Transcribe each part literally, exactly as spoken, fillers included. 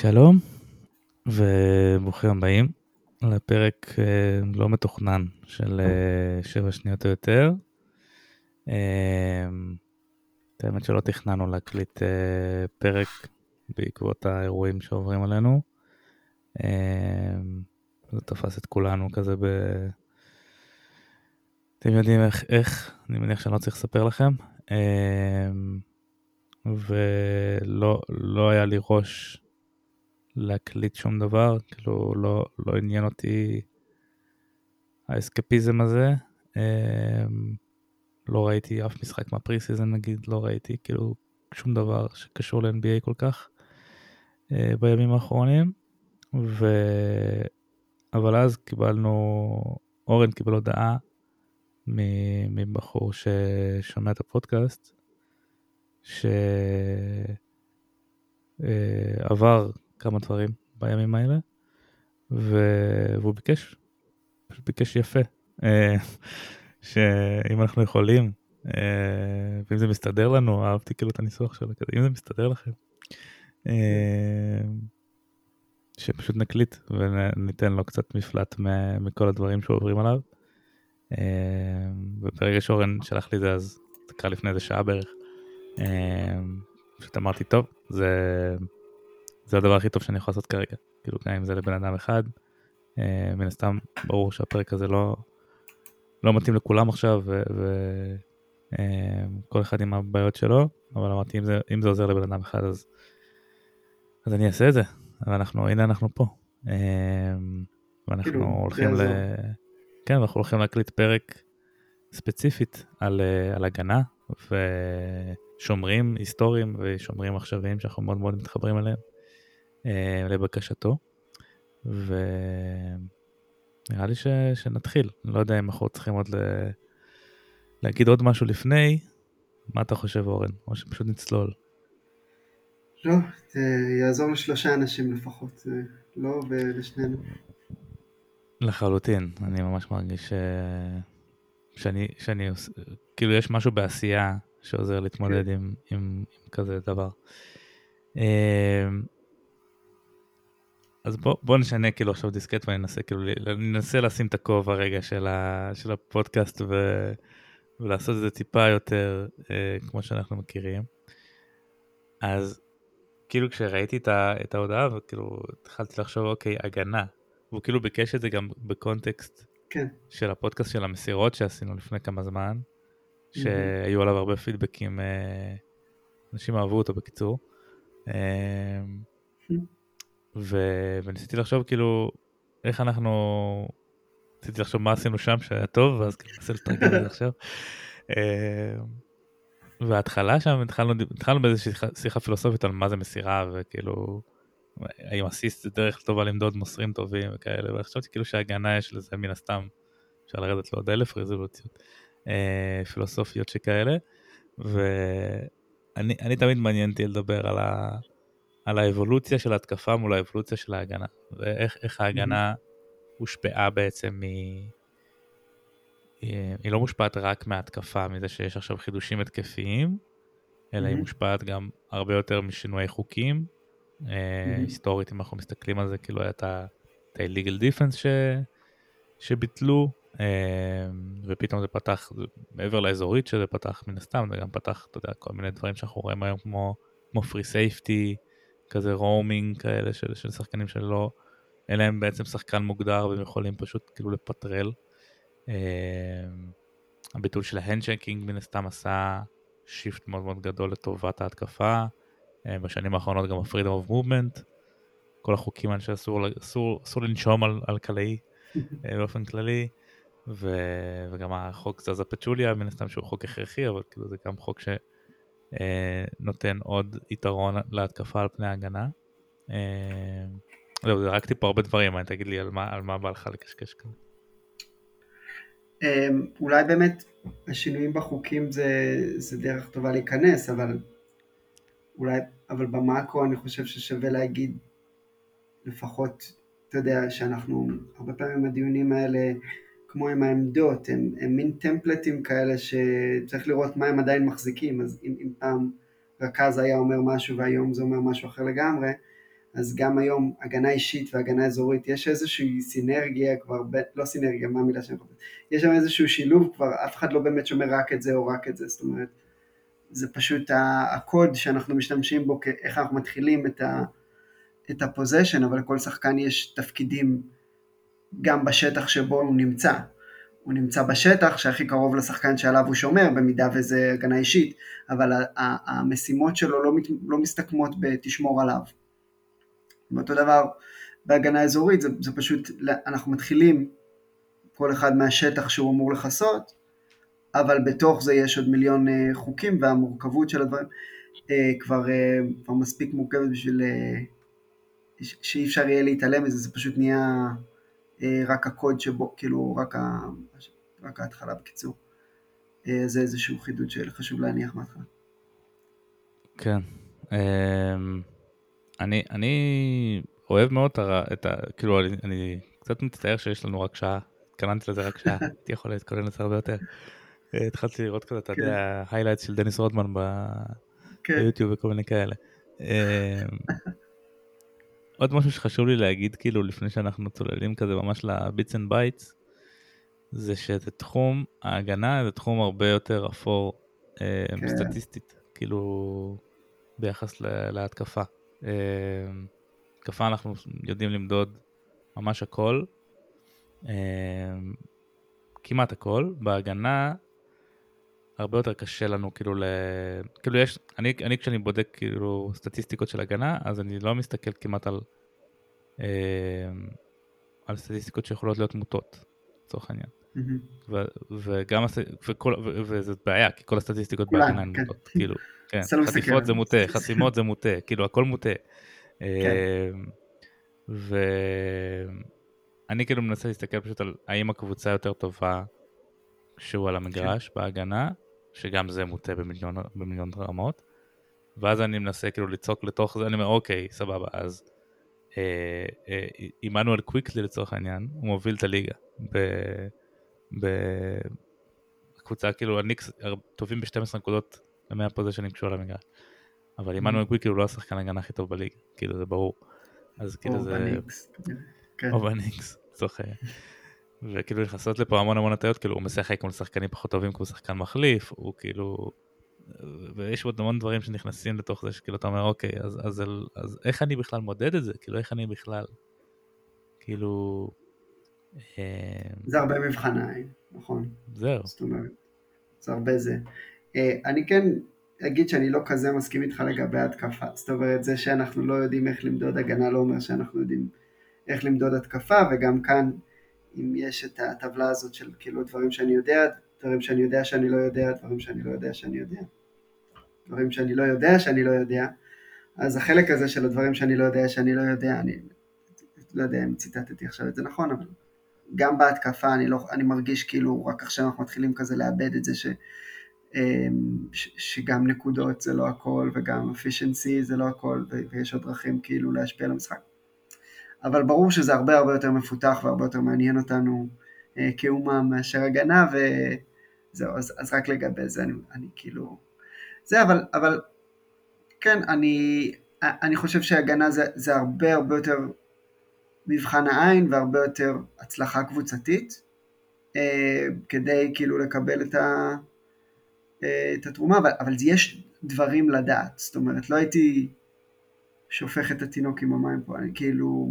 שלום וברוכים הבאים לפרק לא מתוכנן של שבע שניות או יותר. האמת שלא תכננו להקליט פרק בעקבות האירועים שעוברים עלינו. זה תפס את כולנו כזה ב... אתם יודעים איך, איך, אני מניח שאני לא צריך לספר לכם. ולא לא היה לי ראש להקליט שום דבר, כאילו לא, לא עניין אותי האסקפיזם הזה. לא ראיתי אף משחק מהפרי-סיזן נגיד, לא ראיתי כאילו שום דבר שקשור ל-אן בי איי כל כך בימים האחרונים. ו... אבל אז קיבלנו, אורן קיבל הודעה מבחור ששומע את הפודקאסט, שעבר כמה דברים בימים האלה, והוא ביקש, פשוט ביקש יפה, שאם אנחנו יכולים, ואם זה מסתדר לנו, אהבתי כאילו את הניסוח שלו, אם זה מסתדר לכם, שפשוט נקליט וניתן לו קצת מפלט מכל הדברים שעוברים עליו. וברגע שאורן שלח לי זה, אז זה קרה לפני איזה שעה בערך, פשוט אמרתי, טוב, זה, זה הדבר הכי טוב שאני יכול לעשות כרגע, כאילו גם אם זה לבן אדם אחד, מן הסתם ברור שהפרק הזה לא, לא מתאים לכולם עכשיו, וכל אחד עם הבעיות שלו, אבל אמרתי, אם זה, אם זה עוזר לבן אדם אחד, אז, אז אני אעשה את זה, ואנחנו, הנה אנחנו פה, ואנחנו הולכים ל... כן, אנחנו הולכים להקליט פרק ספציפית על, על הגנה, ושומרים היסטוריים ושומרים עכשוויים שאנחנו מאוד מאוד מתחברים אליהם, לבקשתו, ונראה לי ש... שנתחיל. לא יודע אם אנחנו צריכים עוד ל... להגיד עוד משהו לפני. מה אתה חושב, אורן? או שפשוט נצלול? לא, זה יעזור לשלושה אנשים לפחות, לא ולשנינו. לחלוטין, אני ממש מרגיש ש... שאני, שאני, כאילו יש משהו בעשייה שעוזר להתמודד עם, עם, עם כזה דבר. אז בוא, בוא נשנה כאילו עכשיו דיסקט וננסה כאילו, ננסה לשים את הכובע רגע של, ה, של הפודקאסט ו, ולעשות את זה טיפה יותר אה, כמו שאנחנו מכירים. אז כאילו כשראיתי את, ה, את ההודעה וכאילו התחלתי לחשוב אוקיי, הגנה. והוא כאילו ביקש את זה גם בקונטקסט כן. של הפודקאסט של המסירות שעשינו לפני כמה זמן, שהיו עליו הרבה פידבקים, אה, אנשים אהבו אותו בקיצור. אה, ו- וניסיתי לחשוב כאילו איך אנחנו, ניסיתי לחשוב מה עשינו שם שהיה טוב, ואז כאילו ניסיתי לתרגם את זה עכשיו. וההתחלה שם, התחלנו, התחלנו באיזושהי שיחה פילוסופית על מה זה מסירה, וכאילו, האם אסיסט זה דרך טובה למדוד מוסרים טובים וכאלה, וחשבתי כאילו שההגנה יש לזה מן הסתם, אפשר לרדת לעוד אלף רזולוציות פילוסופיות שכאלה, ואני אני תמיד מעניינתי לדבר על ה... על האבולוציה של ההתקפה מול האבולוציה של ההגנה, ואיך איך ההגנה הושפעה בעצם מ... היא לא מושפעת רק מההתקפה, מזה שיש עכשיו חידושים התקפיים, אלא היא מושפעת גם הרבה יותר משינויי חוקים. היסטורית, אם אנחנו מסתכלים על זה, כאילו היה את ה-illegal defense שביטלו, ופתאום זה פתח, מעבר לאזורית שזה פתח מן הסתם, זה גם פתח, אתה יודע, כל מיני דברים שאנחנו רואים היום כמו free safety, כזה רומינג כאלה של, של שחקנים שלא, אלא הם בעצם שחקן מוגדר והם יכולים פשוט כאילו לפטרל. הביטול של ההנדשקינג מן הסתם עשה שיפט מאוד מאוד גדול לטובת ההתקפה. בשנים האחרונות גם ה-freedom of movement, כל החוקים האלה שאסור אסור, אסור לנשום על, על קלעי באופן כללי, ו, וגם החוק זזה פצ'וליה מן הסתם שהוא חוק הכרחי, אבל כאילו זה גם חוק ש... נותן עוד יתרון להתקפה על פני ההגנה. לא, זרקתי פה הרבה דברים, תגיד לי על מה, על מה בא לך לקשקש כאן. אולי באמת השינויים בחוקים זה, זה דרך טובה להיכנס, אבל אולי, אבל במאקרו אני חושב ששווה להגיד, לפחות, אתה יודע, שאנחנו, הרבה פעמים הדיונים האלה, כמו עם העמדות, הם, הם מין טמפלטים כאלה שצריך לראות מה הם עדיין מחזיקים, אז אם, אם פעם רכז היה אומר משהו והיום זה אומר משהו אחר לגמרי, אז גם היום הגנה אישית והגנה אזורית, יש איזושהי סינרגיה כבר, לא סינרגיה, מה המילה שאני חושב? יש שם איזשהו שילוב כבר, אף אחד לא באמת שומר רק את זה או רק את זה, זאת אומרת, זה פשוט הקוד שאנחנו משתמשים בו, איך אנחנו מתחילים את ה... את הפוזיישן, אבל לכל שחקן יש תפקידים גם בשטח שבו הוא נמצא. הוא נמצא בשטח שהכי קרוב לשחקן שעליו הוא שומר, במידה וזה הגנה אישית, אבל המשימות שלו לא, לא מסתכמות בתשמור עליו. באותו דבר, בהגנה אזורית, זה, זה פשוט, אנחנו מתחילים כל אחד מהשטח שהוא אמור לחסות, אבל בתוך זה יש עוד מיליון חוקים, והמורכבות של הדברים כבר, כבר מספיק מורכבת בשביל... שאי אפשר יהיה להתעלם מזה, זה פשוט נהיה אה, רק הקוד שבו, כאילו רק, ה, רק ההתחלה בקיצור. אה, זה איזשהו חידוד שחשוב להניח מהתחלה. כן. אה, אני, אני אוהב מאוד את ה... כאילו, אני, אני קצת מצטער שיש לנו רק שעה, התכוננתי לזה רק שעה, הייתי יכול להתכונן לזה הרבה יותר. אה, התחלתי לראות כזה, אתה יודע, היילייטס של דניס רודמן ב... כן. ביוטיוב וכל מיני כאלה. אה, עוד משהו שחשוב לי להגיד, כאילו, לפני שאנחנו צוללים כזה ממש לביטס אנד בייטס, זה שזה תחום, ההגנה זה תחום הרבה יותר אפור, כן. סטטיסטית, כאילו, ביחס להתקפה. התקפה אנחנו יודעים למדוד ממש הכל, כמעט הכל, בהגנה הרבה יותר קשה לנו, כאילו, ל... כאילו יש, אני, אני כשאני בודק כאילו סטטיסטיקות של הגנה, אז אני לא מסתכל כמעט על, אה, על סטטיסטיקות שיכולות להיות מוטות, לצורך העניין. Mm-hmm. ו, וגם, וכל, ו, וזאת בעיה, כי כל הסטטיסטיקות בהגנה הן מוטות, כאילו, כן, חטיפות זה מוטה, חסימות זה מוטה, כאילו, הכל מוטה. אה, ואני כאילו מנסה להסתכל פשוט על האם הקבוצה יותר טובה, שהוא על המגרש, בהגנה, שגם זה מוטה במיליון, במיליון רמות, ואז אני מנסה כאילו לצוק לתוך זה, אני אומר, אוקיי, סבבה, אז אימנואל קוויקלי לצורך העניין, הוא מוביל את הליגה, בקבוצה, כאילו, הניקס טובים ב-שתים עשרה נקודות, ל-מאה פוזיישנים כשהוא על המגרש, אבל אימנואל קוויקלי הוא לא השחקן הגנה הכי טוב בליגה, כאילו, זה ברור. אז כאילו זה... או בניקס. או בניקס, צורך העניין. וכאילו נכנסות לפה המון המון הטעיות, כאילו הוא משחק כמו שחקנים פחות טובים, כמו שחקן מחליף, הוא כאילו, ויש עוד המון דברים שנכנסים לתוך זה, שכאילו אתה אומר, אוקיי, אז, אז, אז איך אני בכלל מודד את זה? כאילו, איך אני בכלל, כאילו... זה הרבה מבחן העין, נכון? זהו. זאת אומרת, זה הרבה זה. אני כן אגיד שאני לא כזה מסכים איתך לגבי התקפה, זאת אומרת, זה שאנחנו לא יודעים איך למדוד הגנה, לא אומר שאנחנו יודעים איך למדוד התקפה, וגם כאן, אם יש את הטבלה הזאת של כאילו דברים שאני יודע, דברים שאני יודע שאני לא יודע, דברים שאני לא יודע שאני יודע, דברים שאני לא יודע שאני לא יודע, אז החלק הזה של הדברים שאני לא יודע שאני לא יודע, אני לא יודע אם ציטטתי עכשיו את זה נכון, אבל גם בהתקפה אני, לא, אני מרגיש כאילו רק עכשיו אנחנו מתחילים כזה לאבד את זה ש, ש, שגם נקודות זה לא הכל, וגם efficiency זה לא הכל, ויש עוד דרכים כאילו להשפיע על המשחק. אבל ברור שזה הרבה הרבה יותר מפותח והרבה יותר מעניין אותנו אה, כאומה מאשר הגנה, וזהו, אז, אז רק לגבי זה אני, אני כאילו, זה אבל, אבל כן, אני, אני חושב שהגנה זה, זה הרבה הרבה יותר מבחן העין והרבה יותר הצלחה קבוצתית, אה, כדי כאילו לקבל את, ה, אה, את התרומה, אבל, אבל יש דברים לדעת, זאת אומרת, לא הייתי שופך את התינוק עם המים פה, אני כאילו...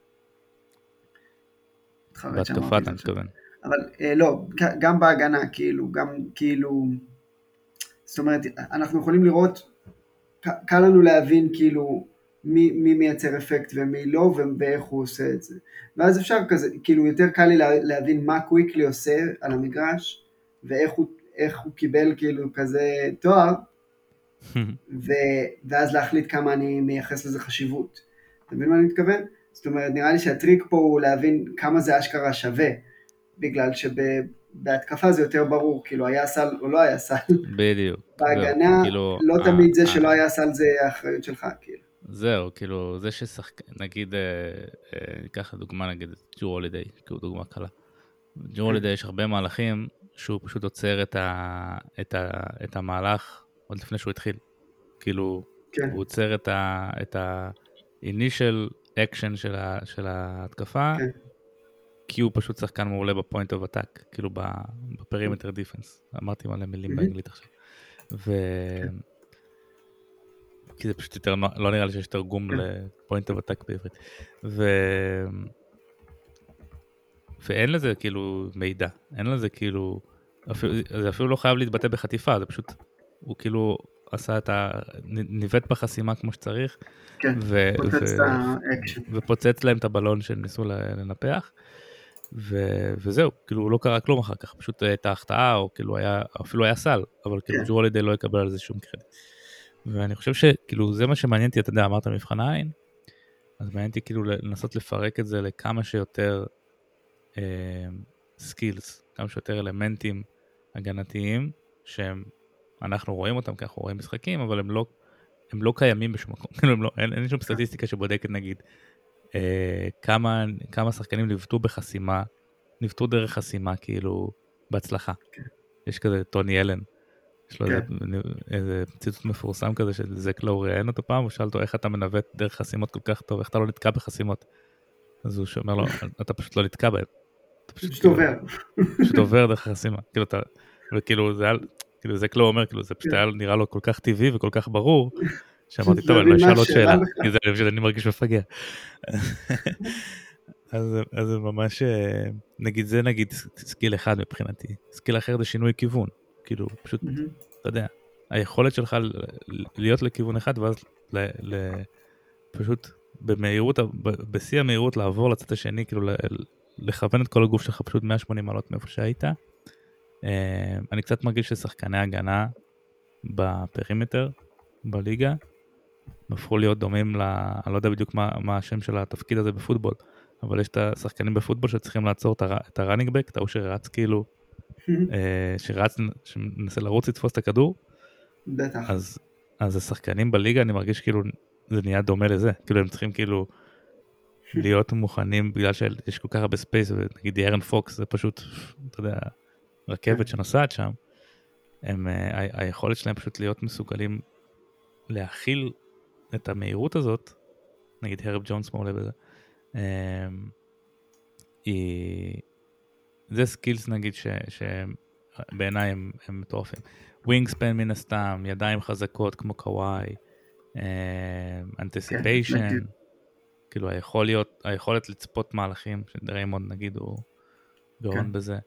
בהתקפה אתה מתכוון. אבל אה, לא, גם בהגנה, כאילו, גם כאילו, זאת אומרת, אנחנו יכולים לראות, קל לנו להבין כאילו, מי, מי מייצר אפקט ומי לא, ואיך הוא עושה את זה. ואז אפשר כזה, כאילו, יותר קל לי להבין מה קוויקלי עושה על המגרש, ואיך הוא, איך הוא קיבל כאילו כזה תואר, ו, ואז להחליט כמה אני מייחס לזה חשיבות. אתה מבין מה אני מתכוון? זאת אומרת, נראה לי שהטריק פה הוא להבין כמה זה אשכרה שווה, בגלל שבהתקפה זה יותר ברור, כאילו היה סל או לא היה סל. בדיוק. בהגנה, כאילו, לא תמיד זה שלא היה סל זה האחריות שלך, כאילו. זהו, כאילו, זה ששחק... נגיד, ניקח דוגמה, נגיד, ג'רו הולידיי, כאילו דוגמה קלה. ג'רו הולידיי יש הרבה מהלכים שהוא פשוט עוצר את, ה... את, ה... את המהלך עוד לפני שהוא התחיל. כאילו, הוא עוצר את ה... את ה... אינישל אקשן של, ה, של ההתקפה, כן. כי הוא פשוט שחקן מעולה בפוינט אוף אטאק, כאילו בפרימטר דיפנס. אמרתי מלא מילים באנגלית עכשיו. ו... כי זה פשוט יותר, לא נראה לי שיש תרגום לפוינט אוף אטאק בעברית. ו... ואין לזה כאילו מידע, אין לזה כאילו, אפילו, זה אפילו לא חייב להתבטא בחטיפה, זה פשוט, הוא כאילו עשה את ה... ניווט בחסימה כמו שצריך, כן, ו... פוצץ ו... את האקשן. ופוצץ להם את הבלון שניסו לנפח, ו... וזהו, כאילו לא קרה כלום אחר כך, פשוט את ההחטאה, או כאילו היה, אפילו היה סל, אבל כאילו ג'רו הולידיי לא יקבל על זה שום קרדיט. ואני חושב שכאילו זה מה שמעניין אותי, אתה יודע, אמרת מבחן העין, אז מעניין אותי כאילו לנסות לפרק את זה לכמה שיותר סקילס, כמה שיותר אלמנטים הגנתיים, שהם, אנחנו רואים אותם כי אנחנו רואים משחקים, אבל הם לא, הם לא קיימים בשום מקום, כאילו לא, אין, אין שום סטטיסטיקה שבודקת נגיד, אה, כמה, כמה שחקנים נבטו בחסימה, נבטו דרך חסימה כאילו בהצלחה. יש כזה טוני אלן, יש לו איזה, איזה ציטוט מפורסם כזה של זק לאו ראיין אותו פעם, הוא שאל אותו איך אתה מנווט דרך חסימות כל כך טוב, איך אתה לא נתקע בחסימות. אז הוא שאומר לו, אתה פשוט לא נתקע בהם. פשוט עובר. פשוט עובר דרך החסימה. כאילו אתה, וכאילו זה היה, כאילו זק לאו אומר, כאילו זה פשוט היה נראה לו כל כך טבעי וכל כך ברור, שאמרתי, טוב, אני לא אשאל עוד שאלה, כי זה אני מרגיש מפגע. אז זה ממש, נגיד זה נגיד סקיל אחד מבחינתי, סקיל אחר זה שינוי כיוון, כאילו פשוט, אתה יודע, היכולת שלך להיות לכיוון אחד, ואז פשוט במהירות, בשיא המהירות לעבור לצד השני, כאילו לכוון את כל הגוף שלך פשוט מאה ושמונים מעלות מאיפה שהיית. אני קצת מרגיש ששחקני הגנה בפרימטר, בליגה, הפכו להיות דומים ל... אני לא יודע בדיוק מה, מה השם של התפקיד הזה בפוטבול, אבל יש את השחקנים בפוטבול שצריכים לעצור את הראנינג בק, את ההוא שרץ כאילו, שרץ, שמנסה לרוץ לתפוס את הכדור. בטח. אז, אז השחקנים בליגה, אני מרגיש כאילו, זה נהיה דומה לזה, כאילו הם צריכים כאילו להיות מוכנים, בגלל שיש כל כך הרבה ספייס, ונגיד דיארן פוקס, זה פשוט, אתה יודע, רכבת שנוסעת שם, הם, ה- היכולת שלהם פשוט להיות מסוגלים להכיל את המהירות הזאת, נגיד הרב ג'ונס מעולה בזה, היא... זה סקילס נגיד ש... שבעיניי הם, הם מטורפים. ווינגספן מן הסתם, ידיים חזקות כמו קוואי, אנטיסיפיישן, כאילו היכולת, היכולת לצפות מהלכים, שדריימונד נגיד הוא גאון בזה.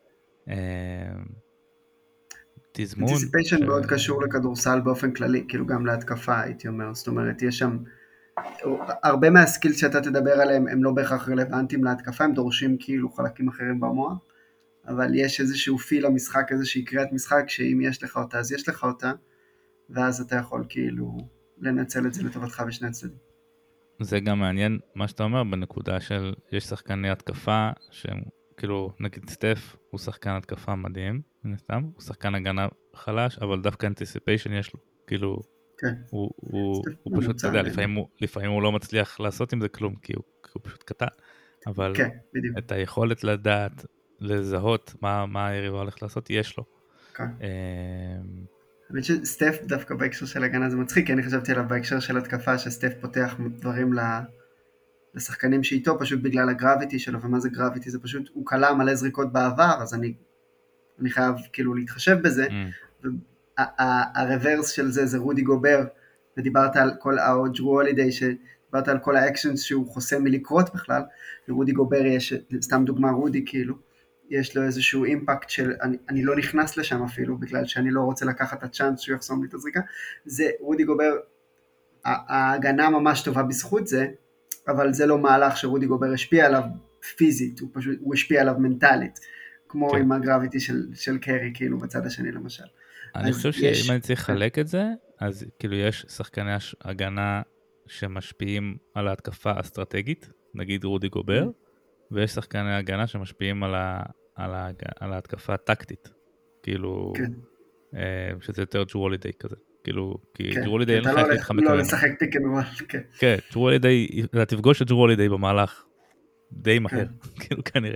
תזמון. אנטיסיפיישן מאוד קשור לכדורסל באופן כללי, כאילו גם להתקפה הייתי אומר, זאת אומרת יש שם, הרבה מהסקילס שאתה תדבר עליהם הם לא בהכרח רלוונטיים להתקפה, הם דורשים כאילו חלקים אחרים במוח, אבל יש איזשהו פיל למשחק, איזושהי קריאת משחק, שאם יש לך אותה אז יש לך אותה, ואז אתה יכול כאילו לנצל את זה לטובתך בשני הצדדים. זה גם מעניין מה שאתה אומר בנקודה של יש שחקני התקפה שהם כאילו נגיד סטף הוא שחקן התקפה מדהים, נסתם, הוא שחקן הגנה חלש, אבל דווקא אנטיסיפיישן יש לו, כאילו כן. הוא, הוא, הוא פשוט, אתה יודע, לפעמים הוא, לפעמים הוא לא מצליח לעשות עם זה כלום, כי הוא, כי הוא פשוט קטן, אבל כן, בדיוק. את היכולת לדעת, לזהות מה, מה היריבה הולך לעשות, יש לו. כן. האמת שסטף דווקא בהקשר של הגנה זה מצחיק, כי אני חשבתי עליו בהקשר של התקפה, שסטף פותח דברים לשחקנים שאיתו, פשוט בגלל הגרביטי שלו, ומה זה גרביטי? זה פשוט, הוא קלה מלא זריקות בעבר, אז אני, אני חייב כאילו להתחשב בזה, mm. והרוורס של זה זה רודי גובר, ודיברת על כל, או ג'רו הולידיי, שדיברת על כל האקשנס שהוא חוסם מלקרות בכלל, ורודי גובר יש, סתם דוגמה רודי כאילו, יש לו איזשהו אימפקט של, אני, אני לא נכנס לשם אפילו, בגלל שאני לא רוצה לקחת את הצ'אנס שהוא יחסום לי את הזריקה, זה רודי גובר, ההגנה ממש טובה בזכות זה, אבל זה לא מהלך שרודי גובר השפיע עליו פיזית, הוא פשוט, הוא השפיע עליו מנטלית, כמו עם הגרביטי של, של קרי, כאילו בצד השני למשל. אני חושב שאם אני צריך לחלק את זה, אז כאילו יש שחקני הגנה שמשפיעים על ההתקפה האסטרטגית, נגיד רודי גובר, ויש שחקני הגנה שמשפיעים על, ה, על, ה, על ההתקפה הטקטית, כאילו, שזה יותר ג'רו הולידיי כזה. כאילו, כי ג'רו הולידיי אין לך איך להתחמק ממנו. לא לשחק פיק אנד רול, כן. כן, ג'רו הולידיי, אתה תפגוש את ג'רו הולידיי במהלך די מהר, כאילו כנראה.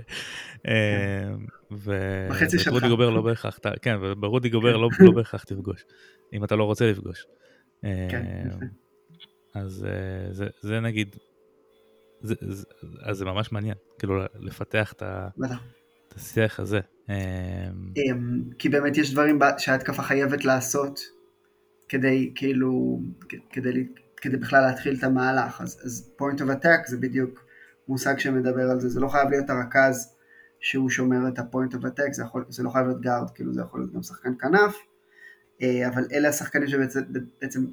ורודי גובר לא בהכרח, כן, ורודי גובר לא בהכרח תפגוש, אם אתה לא רוצה לפגוש. אז זה, זה נגיד, זה, זה, אז זה ממש מעניין, כאילו לפתח את, ה, את השיח הזה. כי באמת יש דברים שההתקפה חייבת לעשות, כדי כאילו, כדי, כדי בכלל להתחיל את המהלך. אז, אז point of attack זה בדיוק מושג שמדבר על זה, זה לא חייב להיות הרכז שהוא שומר את ה-point of attack, זה, יכול, זה לא חייב להיות גארד, כאילו זה יכול להיות גם שחקן כנף, אבל אלה השחקנים שבעצם בעצם,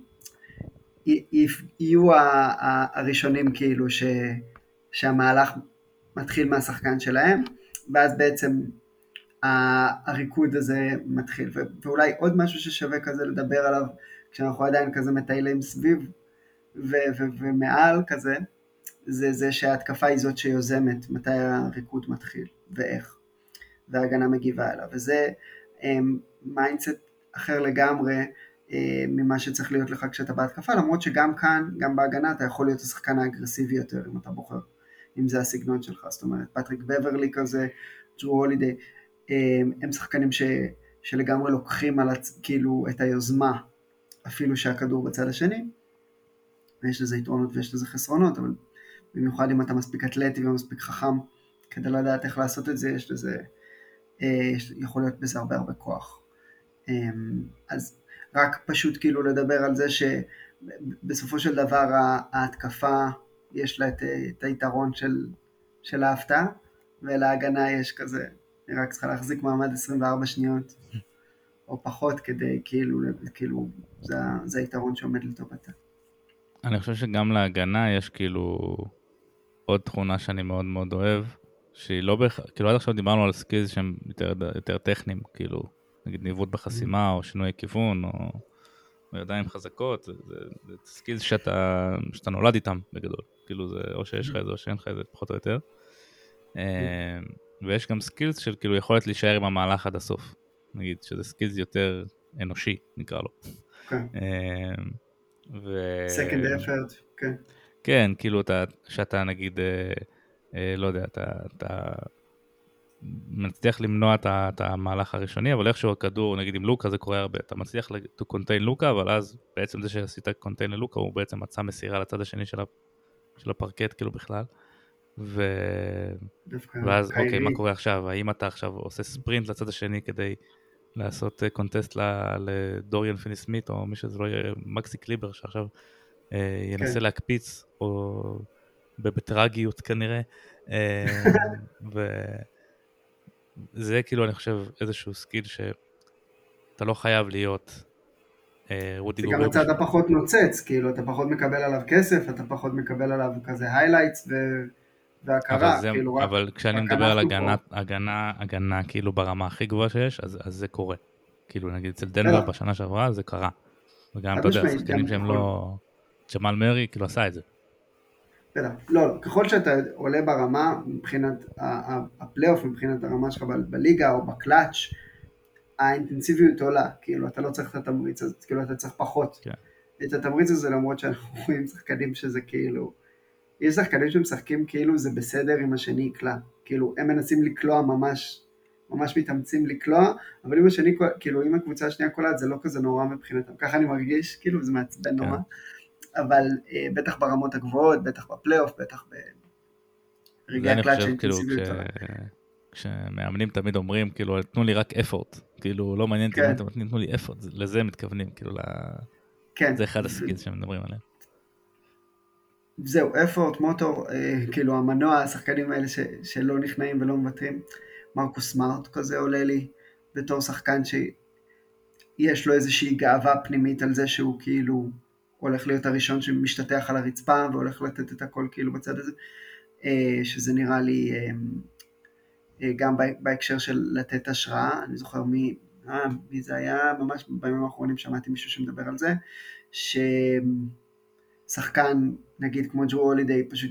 יהיו הראשונים כאילו ש, שהמהלך מתחיל מהשחקן שלהם, ואז בעצם הריקוד הזה מתחיל. ואולי עוד משהו ששווה כזה לדבר עליו, כשאנחנו עדיין כזה מטיילים סביב ו- ו- ומעל כזה, זה זה שההתקפה היא זאת שיוזמת מתי הריקוד מתחיל ואיך, וההגנה מגיבה אליו, וזה מיינדסט אחר לגמרי ממה שצריך להיות לך כשאתה בהתקפה, למרות שגם כאן, גם בהגנה, אתה יכול להיות השחקן האגרסיבי יותר, אם אתה בוחר, אם זה הסגנון שלך. זאת אומרת, פטריק בברלי כזה, ג'רו הולידיי, הם שחקנים ש, שלגמרי לוקחים על הצ... כאילו את היוזמה, אפילו שהכדור בצד השני, ויש לזה יתרונות ויש לזה חסרונות, אבל במיוחד אם אתה מספיק אתלטי ומספיק חכם, כדי לדעת איך לעשות את זה, יש לזה, יש, יכול להיות בזה הרבה הרבה כוח. אז רק פשוט כאילו לדבר על זה שבסופו של דבר ההתקפה יש לה את, את היתרון של, של ההפתעה, ולהגנה יש כזה, היא רק צריכה להחזיק מעמד עשרים וארבע שניות, או פחות, כדי כאילו, כאילו זה, זה היתרון שעומד לטובתה. אני חושב שגם להגנה יש כאילו עוד תכונה שאני מאוד מאוד אוהב, שהיא לא בהכרח, כאילו עד עכשיו דיברנו על סקילס שהם יותר, יותר טכניים, כאילו נגיד ניווט בחסימה או שינוי כיוון או, או ידיים חזקות, זה, זה, זה סקילס שאתה, שאתה נולד איתם בגדול, כאילו זה או שיש לך את זה או שאין לך את זה פחות או יותר. ויש גם סקילס של כאילו יכולת להישאר עם המהלך עד הסוף, נגיד שזה סקילס יותר אנושי נקרא לו. second effort, כן. כן, כאילו אתה, שאתה נגיד, לא יודע, אתה, אתה מצליח למנוע את המהלך הראשוני, אבל איכשהו הכדור, נגיד עם לוקה זה קורה הרבה, אתה מצליח to contain לוקה, אבל אז בעצם זה שעשית contain ללוקה, הוא בעצם מצא מסירה לצד השני של, של הפרקט, כאילו בכלל. ו... ואז אוקיי, מה קורה עכשיו? האם אתה עכשיו עושה ספרינט לצד השני כדי לעשות קונטסט לדוריאן פיני סמית, או מי שזה לא יהיה, מקסי קליבר שעכשיו ינסה להקפיץ, או בטרגיות כנראה, וזה כאילו אני חושב איזשהו סקיל שאתה לא חייב להיות רודי גובר. זה גם הצד הפחות נוצץ, כאילו אתה פחות מקבל עליו כסף, אתה פחות מקבל עליו כזה היילייטס והכרה. אבל כשאני מדבר על הגנה, הגנה כאילו ברמה הכי גבוהה שיש, אז זה קורה. כאילו נגיד אצל דנבר בשנה שעברה זה קרה. וגם אתה יודע, שחקנים שהם לא... ג'מאל מרי כאילו עשה את זה. לא, ככל שאתה עולה ברמה מבחינת הפלייאוף, מבחינת הרמה שלך בליגה או בקלאץ', האינטנסיביות עולה, כאילו אתה לא צריך את התמריץ הזה, כאילו אתה צריך פחות את התמריץ הזה, למרות שאנחנו רואים שחקנים שזה כאילו, יש שחקנים שמשחקים כאילו זה בסדר אם השני יקלע, כאילו הם מנסים לקלוע ממש, ממש מתאמצים לקלוע, אבל אם השני, כאילו אם הקבוצה השנייה קולעת זה לא כזה נורא מבחינתם, ככה אני מרגיש, כאילו זה מעצבן נורא, אבל בטח ברמות הגבוהות, בטח בפלייאוף, בטח ברגעי הקלאץ' האינטנסיביות עולה. כשמאמנים תמיד אומרים, כאילו, תנו לי רק אפורט, כאילו, לא מעניין, תנו לי אפורט, לזה הם מתכוונים, כאילו, זה אחד הסקילס שהם מדברים עליהם. זהו, אפורט, מוטור, כאילו, המנוע, השחקנים האלה שלא נכנעים ולא מבטרים, מרקוס סמארט כזה עולה לי, בתור שחקן שיש לו איזושהי גאווה פנימית על זה שהוא כאילו הולך להיות הראשון שמשתתח על הרצפה, והולך לתת את הכל כאילו בצד הזה, שזה נראה לי... גם בהקשר של לתת השראה, אני זוכר מי, אה, מי זה היה, ממש בימים האחרונים שמעתי מישהו שמדבר על זה, ששחקן, נגיד כמו ג'רו הולידיי, פשוט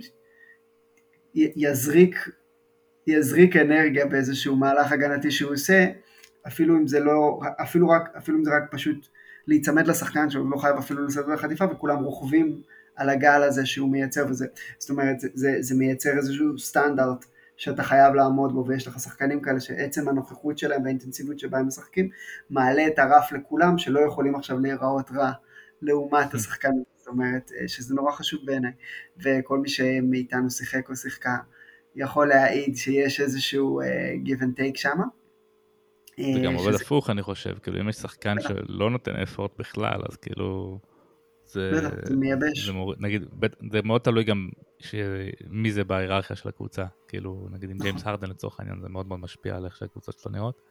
יזריק, יזריק אנרגיה באיזשהו מהלך הגנתי שהוא עושה, אפילו אם זה לא, אפילו רק, אפילו אם זה רק פשוט להיצמד לשחקן שלו, לא חייב אפילו לסדר חטיפה, וכולם רוכבים על הגל הזה שהוא מייצר, וזה, זאת אומרת, זה, זה, זה מייצר איזשהו סטנדרט, שאתה חייב לעמוד בו, ויש לך שחקנים כאלה שעצם הנוכחות שלהם והאינטנסיביות שבה הם משחקים, מעלה את הרף לכולם, שלא יכולים עכשיו להיראות רע, לעומת השחקנים אומרת, שזה נורא חשוב בעיניי, וכל מי שמאיתנו שיחק או שיחקה, יכול להעיד שיש איזשהו give and take שמה. זה גם עובד הפוך, אני חושב, כאילו אם יש שחקן בטח. שלא נותן אפורט בכלל, אז כאילו, זה, בטח, זה מייבש. זה מור... נגיד, זה מאוד תלוי גם ש... מי זה בהיררכיה של הקבוצה, כאילו, נגיד עם ג'יימס הרדן לצורך העניין, זה מאוד מאוד משפיע על איך שהקבוצות שלו נראות.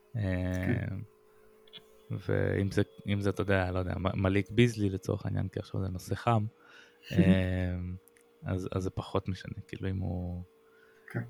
ואם זה, אם זה, אתה יודע, לא יודע, מליק ביזלי לצורך העניין, כי עכשיו זה נושא חם, אז, אז זה פחות משנה, כאילו אם הוא... כן.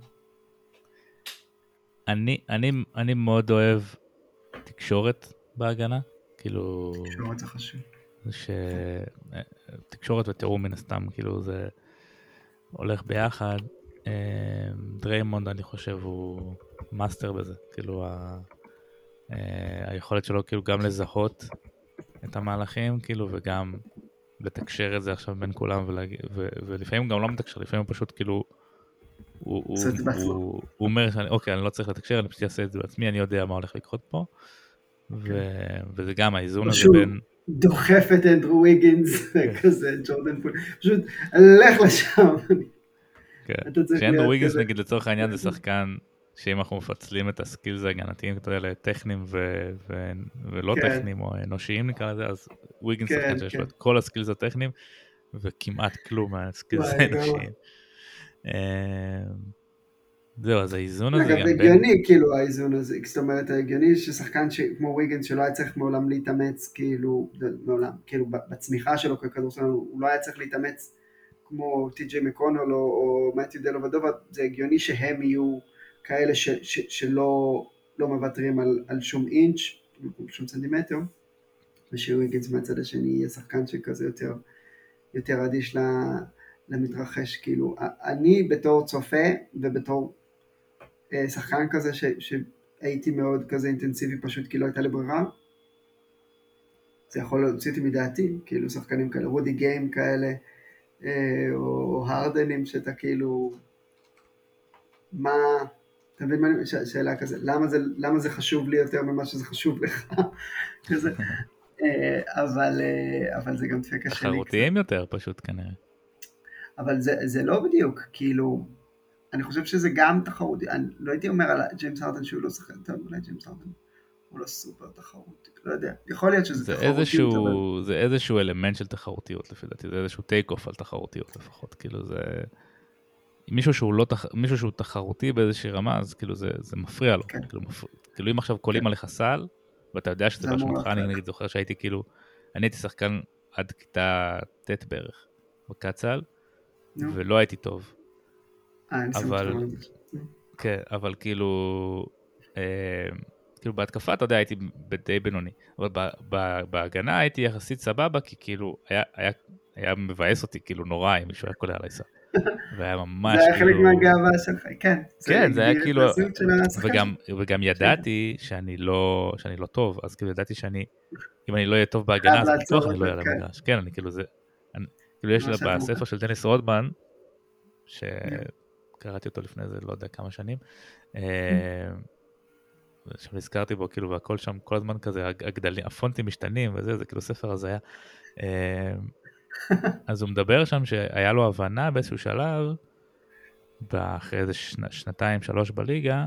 אני, אני, אני מאוד אוהב תקשורת בהגנה, כאילו... תקשורת זה חשוב. ש... תקשורת ותיאום מן הסתם, כאילו זה הולך ביחד. דריימונד, אני חושב, הוא מאסטר בזה, כאילו ה... היכולת שלו כאילו גם לזהות את המהלכים, כאילו, וגם לתקשר את זה עכשיו בין כולם, ולהג... ו... ולפעמים גם לא מתקשר, לפעמים פשוט כאילו... הוא, הוא, הוא, הוא אומר שאני, אוקיי, אני לא צריך לתקשר, אני פשוט אעשה את זה בעצמי, אני יודע מה הולך לקרות פה, ו, וזה גם האיזון הזה בין... דוחף את אנדרו ויגינס, כזה, ג'ורדן פול, פשוט, לך לשם. שאנדרו ויגינס, נגיד, לצורך העניין, זה שחקן, שאם אנחנו מפצלים את הסקילס ההגנתיים, אתה יודע, לטכנים ולא טכנים, או אנושיים נקרא לזה, אז ויגינס שחקן שיש לו את כל הסקילס הטכניים, וכמעט כלום מהסקילס האנושיים. זהו, אז האיזון הזה גם בין... הגיוני, כאילו, האיזון הזה, זאת אומרת, הגיוני ששחקן כמו ויגינס שלא היה צריך מעולם להתאמץ, כאילו, מעולם, כאילו, בצמיחה שלו ככדורסלן, הוא לא היה צריך להתאמץ כמו טי.ג'יי מקונול או מתיו דלובדובה, זה הגיוני שהם יהיו כאלה ש, ש, שלא לא מוותרים על, על שום אינץ', שום סנטימטר, ושוויגינס מהצד השני יהיה שחקן שכזה יותר, יותר אדיש למתרחש, כאילו, אני בתור צופה ובתור שחקן כזה ש, שהייתי מאוד כזה אינטנסיבי פשוט כי לא הייתה לברירה, זה יכול להוציא אותי מדעתי, כאילו שחקנים כאלה, רודי גיים כאלה, או הרדנים שאתה כאילו, מה, אתה מבין מה, שאלה כזה, למה זה, למה זה חשוב לי יותר ממה שזה חשוב לך, כזה, אבל, אבל זה גם דפקה שלי. תחרותיים יותר פשוט כנראה. אבל זה, זה לא בדיוק, כאילו, אני חושב שזה גם תחרותי, אני לא הייתי אומר על ג'יימס הרדן שהוא לא שחקן טוב, אולי ג'יימס הרדן הוא לא סופר תחרותי, לא יודע, יכול להיות שזה תחרותיות. איזשהו, אבל... זה איזשהו אלמנט של תחרותיות לפי דעתי, זה איזשהו טייק אוף על תחרותיות לפחות, כאילו זה, מישהו שהוא, לא, מישהו שהוא תחרותי באיזושהי רמה, אז כאילו זה, זה מפריע לו, כן. כאילו, מפר... כאילו אם עכשיו קולים כן. עליך סל, ואתה יודע שזה באשמתך, אני נגיד זוכר שהייתי כאילו, אני הייתי שחקן עד כיתה ט' בערך, בקצ"ל, no. ולא הייתי טוב. אבל, כן, אבל כאילו, אה, כאילו בהתקפה, אתה יודע, הייתי די בינוני, אבל בהגנה הייתי יחסית סבבה, כי כאילו, היה, היה, היה מבאס אותי, כאילו נורא, אם מישהו היה קולע עלי סל. והיה ממש כאילו... זה היה חלק מהגאווה שלך, כן. כן, זה היה כאילו, וגם, וגם ידעתי שאני לא, שאני לא טוב, אז כאילו ידעתי שאני, אם אני לא אהיה טוב בהגנה, אז בטוח אני לא אהיה למגרש. כן, אני כאילו זה, כאילו יש לה בספר של דניס רודמן, שקראתי אותו לפני זה, לא יודע כמה שנים, עכשיו הזכרתי בו, כאילו, והכל שם, כל הזמן כזה, הגדלים, הפונטים משתנים, וזה, זה כאילו ספר הזה היה. אז הוא מדבר שם שהיה לו הבנה באיזשהו שלב, אחרי איזה שנתיים, שלוש בליגה,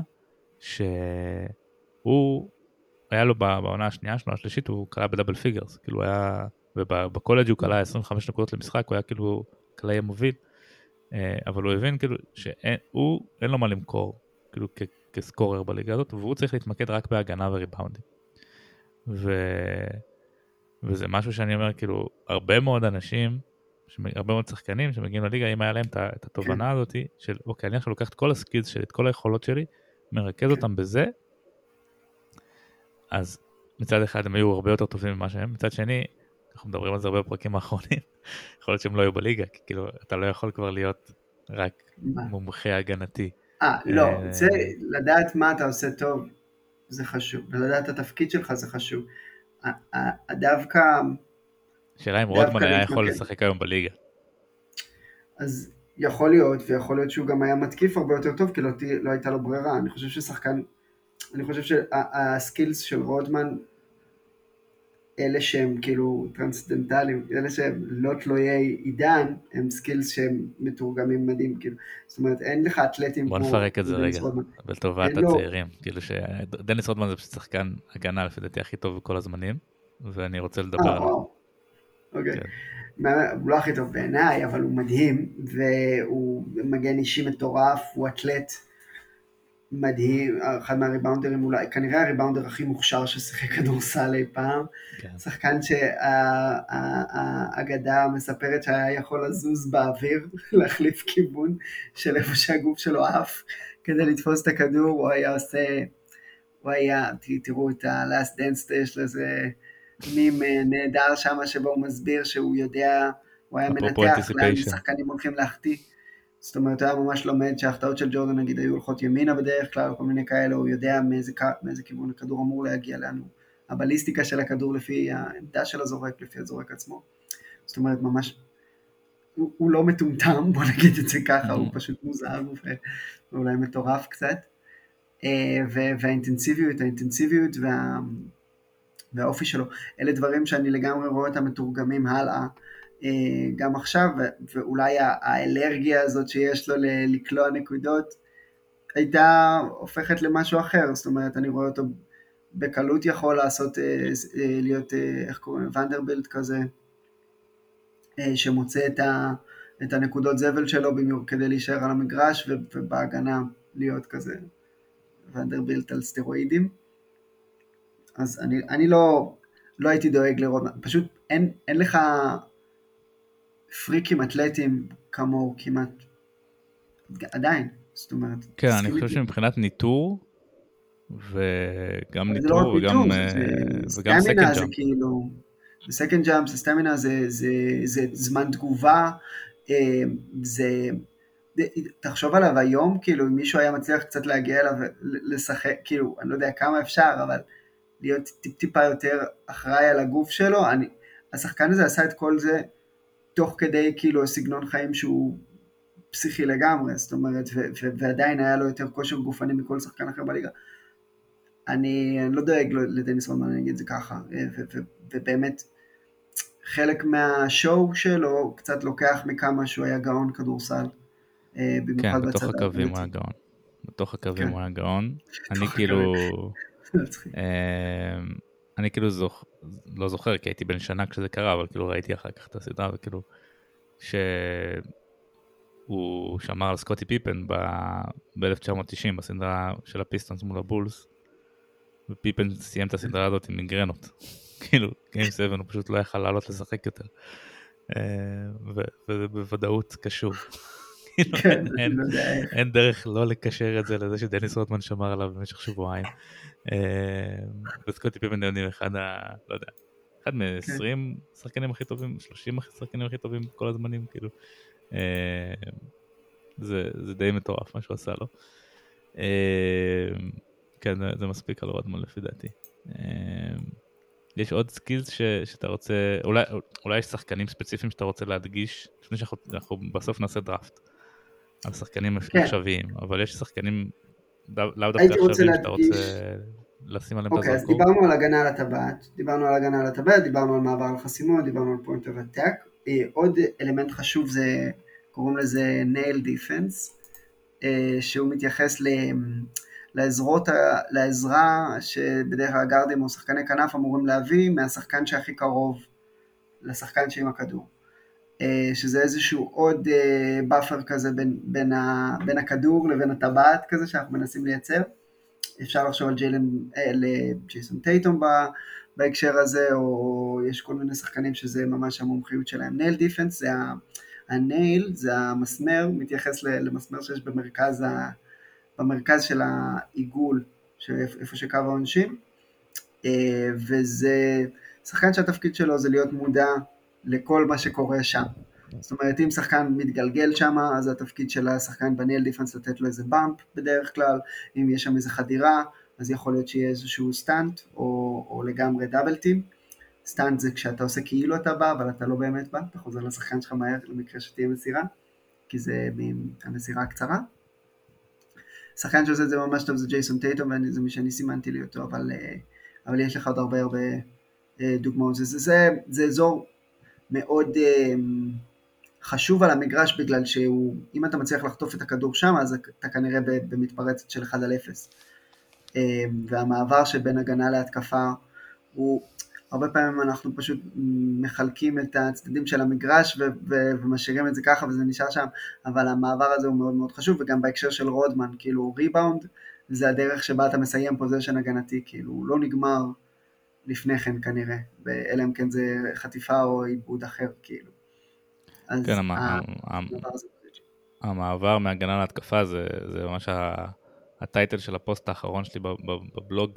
שהוא, היה לו בעונה השנייה שלו, השלישית, הוא קלע בדאבל פיגרס, כאילו היה, ובקולג' הוא קלע עשרים וחמש נקודות למשחק, הוא היה כאילו קלעי המוביל, אבל הוא הבין כאילו שהוא, אין לו מה למכור, כאילו כסקורר בליגה הזאת, והוא צריך להתמקד רק בהגנה וריבאונדים. ו... וזה משהו שאני אומר, כאילו, הרבה מאוד אנשים, הרבה מאוד שחקנים שמגיעים לליגה, אם היה להם את התובנה הזאת, של אוקיי, אני עכשיו לוקח את כל הסקיז שלי, את כל היכולות שלי, מרכז אותם בזה, אז מצד אחד הם היו הרבה יותר טובים ממה שהם, מצד שני, אנחנו מדברים על זה הרבה בפרקים האחרונים, יכול להיות שהם לא היו בליגה, כי כאילו, אתה לא יכול כבר להיות רק מומחה הגנתי. אה, לא, זה לדעת מה אתה עושה טוב, זה חשוב, לדעת את התפקיד שלך זה חשוב. דווקא... שאלה אם רודמן היה יכול לשחק היום בליגה. אז יכול להיות, ויכול להיות שהוא גם היה מתקיף הרבה יותר טוב, כי לא, לא הייתה לו ברירה. אני חושב ששחקן, אני חושב שהסקילס של רודמן אלה שהם כאילו טרנסדנטליים, אלה שהם לא תלויי עידן, הם סקילס שהם מתורגמים מדהים, כאילו. זאת אומרת, אין לך אתלטים בוא כמו נפרק את זה דניס רגע, רודמן. לטובת אין לו... הצעירים, כאילו שדניס רודמן זה שחקן הגנה לפי דעתי הכי טוב בכל הזמנים, ואני רוצה לדבר אה, עליו. וואו. אוקיי. כן. הוא לא הכי טוב בעיניי, אבל הוא מדהים, והוא מגן אישי מטורף, הוא אתלט מדהים, אחד מהריבאונדרים, אולי, כנראה הריבאונדר הכי מוכשר ששיחק כדורסל אי פעם, כן. שחקן שהאגדה מספרת שהיה יכול לזוז באוויר, להחליף כיוון של איפה שהגוף שלו עף, כדי לתפוס את הכדור, הוא היה עושה, הוא היה, תראו את ה-Last Dance, יש לזה מים נהדר שם, שבו הוא מסביר שהוא יודע, הוא היה מנתח לאן שחקנים הולכים להחטיא, זאת אומרת, הוא היה ממש לומד שההחטאות של ג'ורדן, נגיד, היו הולכות ימינה בדרך כלל, כל מיני כאלה, הוא יודע מאיזה, מאיזה כיוון הכדור אמור להגיע לנו, הבליסטיקה של הכדור לפי העמדה של הזורק, לפי הזורק עצמו, זאת אומרת, ממש, הוא, הוא לא מטומטם, בוא נגיד את זה ככה, הוא פשוט מוזר, ואולי מטורף קצת, והאינטנסיביות, האינטנסיביות וה, והאופי שלו, אלה דברים שאני לגמרי רואה אותם מתורגמים הלאה, גם עכשיו, ואולי האלרגיה הזאת שיש לו לקלוע נקודות, הייתה הופכת למשהו אחר, זאת אומרת, אני רואה אותו בקלות יכול לעשות, להיות, איך קוראים, ונדרבילט כזה, שמוצא את, ה, את הנקודות זבל שלו כדי להישאר על המגרש, ובהגנה להיות כזה ונדרבילט על סטרואידים, אז אני, אני לא, לא הייתי דואג לראות, פשוט אין, אין לך פריקים אתלטים כמוהו כמעט, עדיין, זאת אומרת. כן, אני חושב שמבחינת ניטור, וגם ניטור וגם וגם סקנד זה כאילו, סקנד ג'אמפ, סטמינה זה, זה, זה זמן תגובה, זה, תחשוב עליו היום, כאילו אם מישהו היה מצליח קצת להגיע אליו ולשחק, כאילו אני לא יודע כמה אפשר, אבל להיות טיפ טיפה יותר אחראי על הגוף שלו, אני, השחקן הזה עשה את כל זה, תוך כדי כאילו סגנון חיים שהוא פסיכי לגמרי, זאת אומרת, ו- ו- ועדיין היה לו יותר כושר גופני מכל שחקן אחר בליגה. אני לא דואג לדניס רודמן, אני אגיד זה ככה, ו- ו- ובאמת, חלק מהשואו שלו קצת לוקח מכמה שהוא היה גאון כדורסל, במיוחד כן, בתוך בצד הקווים הוא היה גאון. בתוך הקווים כן. הוא היה גאון. אני כאילו... אני כאילו זוכ... לא זוכר, כי הייתי בן שנה כשזה קרה, אבל כאילו ראיתי אחר כך את הסדרה, וכאילו, שהוא שמר על סקוטי פיפן ב-אלף תשע מאות תשעים, בסדרה של הפיסטונס מול הבולס, ופיפן סיים את הסדרה הזאת עם מיגרנות. כאילו, גיים שבע הוא פשוט לא יכל לעלות לשחק יותר. וזה בוודאות קשור. אין דרך לא לקשר את זה לזה שדניס רוטמן שמר עליו במשך שבועיים. וסקוטי פיפן הוא אחד ה... לא יודע, אחד מ-עשרים שחקנים הכי טובים, שלושים שחקנים הכי טובים בכל הזמנים, כאילו. זה די מטורף מה שהוא עשה לו. כן, זה מספיק על רודמן לפי דעתי. יש עוד סקילס שאתה רוצה, אולי יש שחקנים ספציפיים שאתה רוצה להדגיש, לפני שאנחנו בסוף נעשה דראפט. על שחקנים עכשוויים, אבל יש שחקנים לאו דווקא עכשוויים שאתה רוצה לשים עליהם את הזרקור. אוקיי, אז דיברנו על הגנה על הטבעת, דיברנו על הגנה על הטבעת, דיברנו על מעבר על חסימות, דיברנו על פוינט אוף אטאק. עוד אלמנט חשוב זה, קוראים לזה נייל דיפנס, שהוא מתייחס לעזרות, לעזרה שבדרך כלל הגארדים או שחקני כנף אמורים להביא מהשחקן שהכי קרוב לשחקן שעם הכדור. שזה איזשהו עוד באפר כזה בין, בין, ה, בין הכדור לבין הטבעת כזה שאנחנו מנסים לייצר. אפשר לחשוב על ג'יילן, לג'ייסון טייטום בהקשר הזה, או יש כל מיני שחקנים שזה ממש המומחיות שלהם. נייל דיפנס זה הנייל, זה המסמר, מתייחס למסמר שיש במרכז, ה, במרכז של העיגול, איפה שקו העונשין, וזה שחקן שהתפקיד שלו זה להיות מודע לכל מה שקורה שם. זאת אומרת, אם שחקן מתגלגל שם, אז התפקיד של השחקן בנייל דיפנס לתת לו איזה באמפ בדרך כלל, אם יש שם איזה חדירה, אז יכול להיות שיהיה איזשהו סטנט, או, או לגמרי דאבל טים. סטנט זה כשאתה עושה כאילו אתה בא, אבל אתה לא באמת בא, אתה חוזר לשחקן שלך מהר למקרה שתהיה מסירה, כי זה המסירה הקצרה. שחקן שעושה את זה ממש טוב זה ג'ייסון טייטום, וזה מי שאני סימנתי לי אותו, אבל, אבל יש לך עוד הרבה הרבה דוגמאות. זה, זה, זה אזור מאוד חשוב על המגרש, בגלל שהוא, אם אתה מצליח לחטוף את הכדור שם, אז אתה כנראה במתפרצת של אחד על אפס. והמעבר שבין הגנה להתקפה, הוא, הרבה פעמים אנחנו פשוט מחלקים את הצדדים של המגרש, ו- ו- ומשאירים את זה ככה, וזה נשאר שם, אבל המעבר הזה הוא מאוד מאוד חשוב, וגם בהקשר של רודמן, כאילו ריבאונד, זה הדרך שבה אתה מסיים פוזיישן הגנתי, כאילו הוא לא נגמר לפני כן כנראה, אלא אם כן זה חטיפה או עיבוד אחר, כאילו. אז כן, המעבר מהגנה להתקפה זה ממש הטייטל של הפוסט האחרון שלי בבלוג,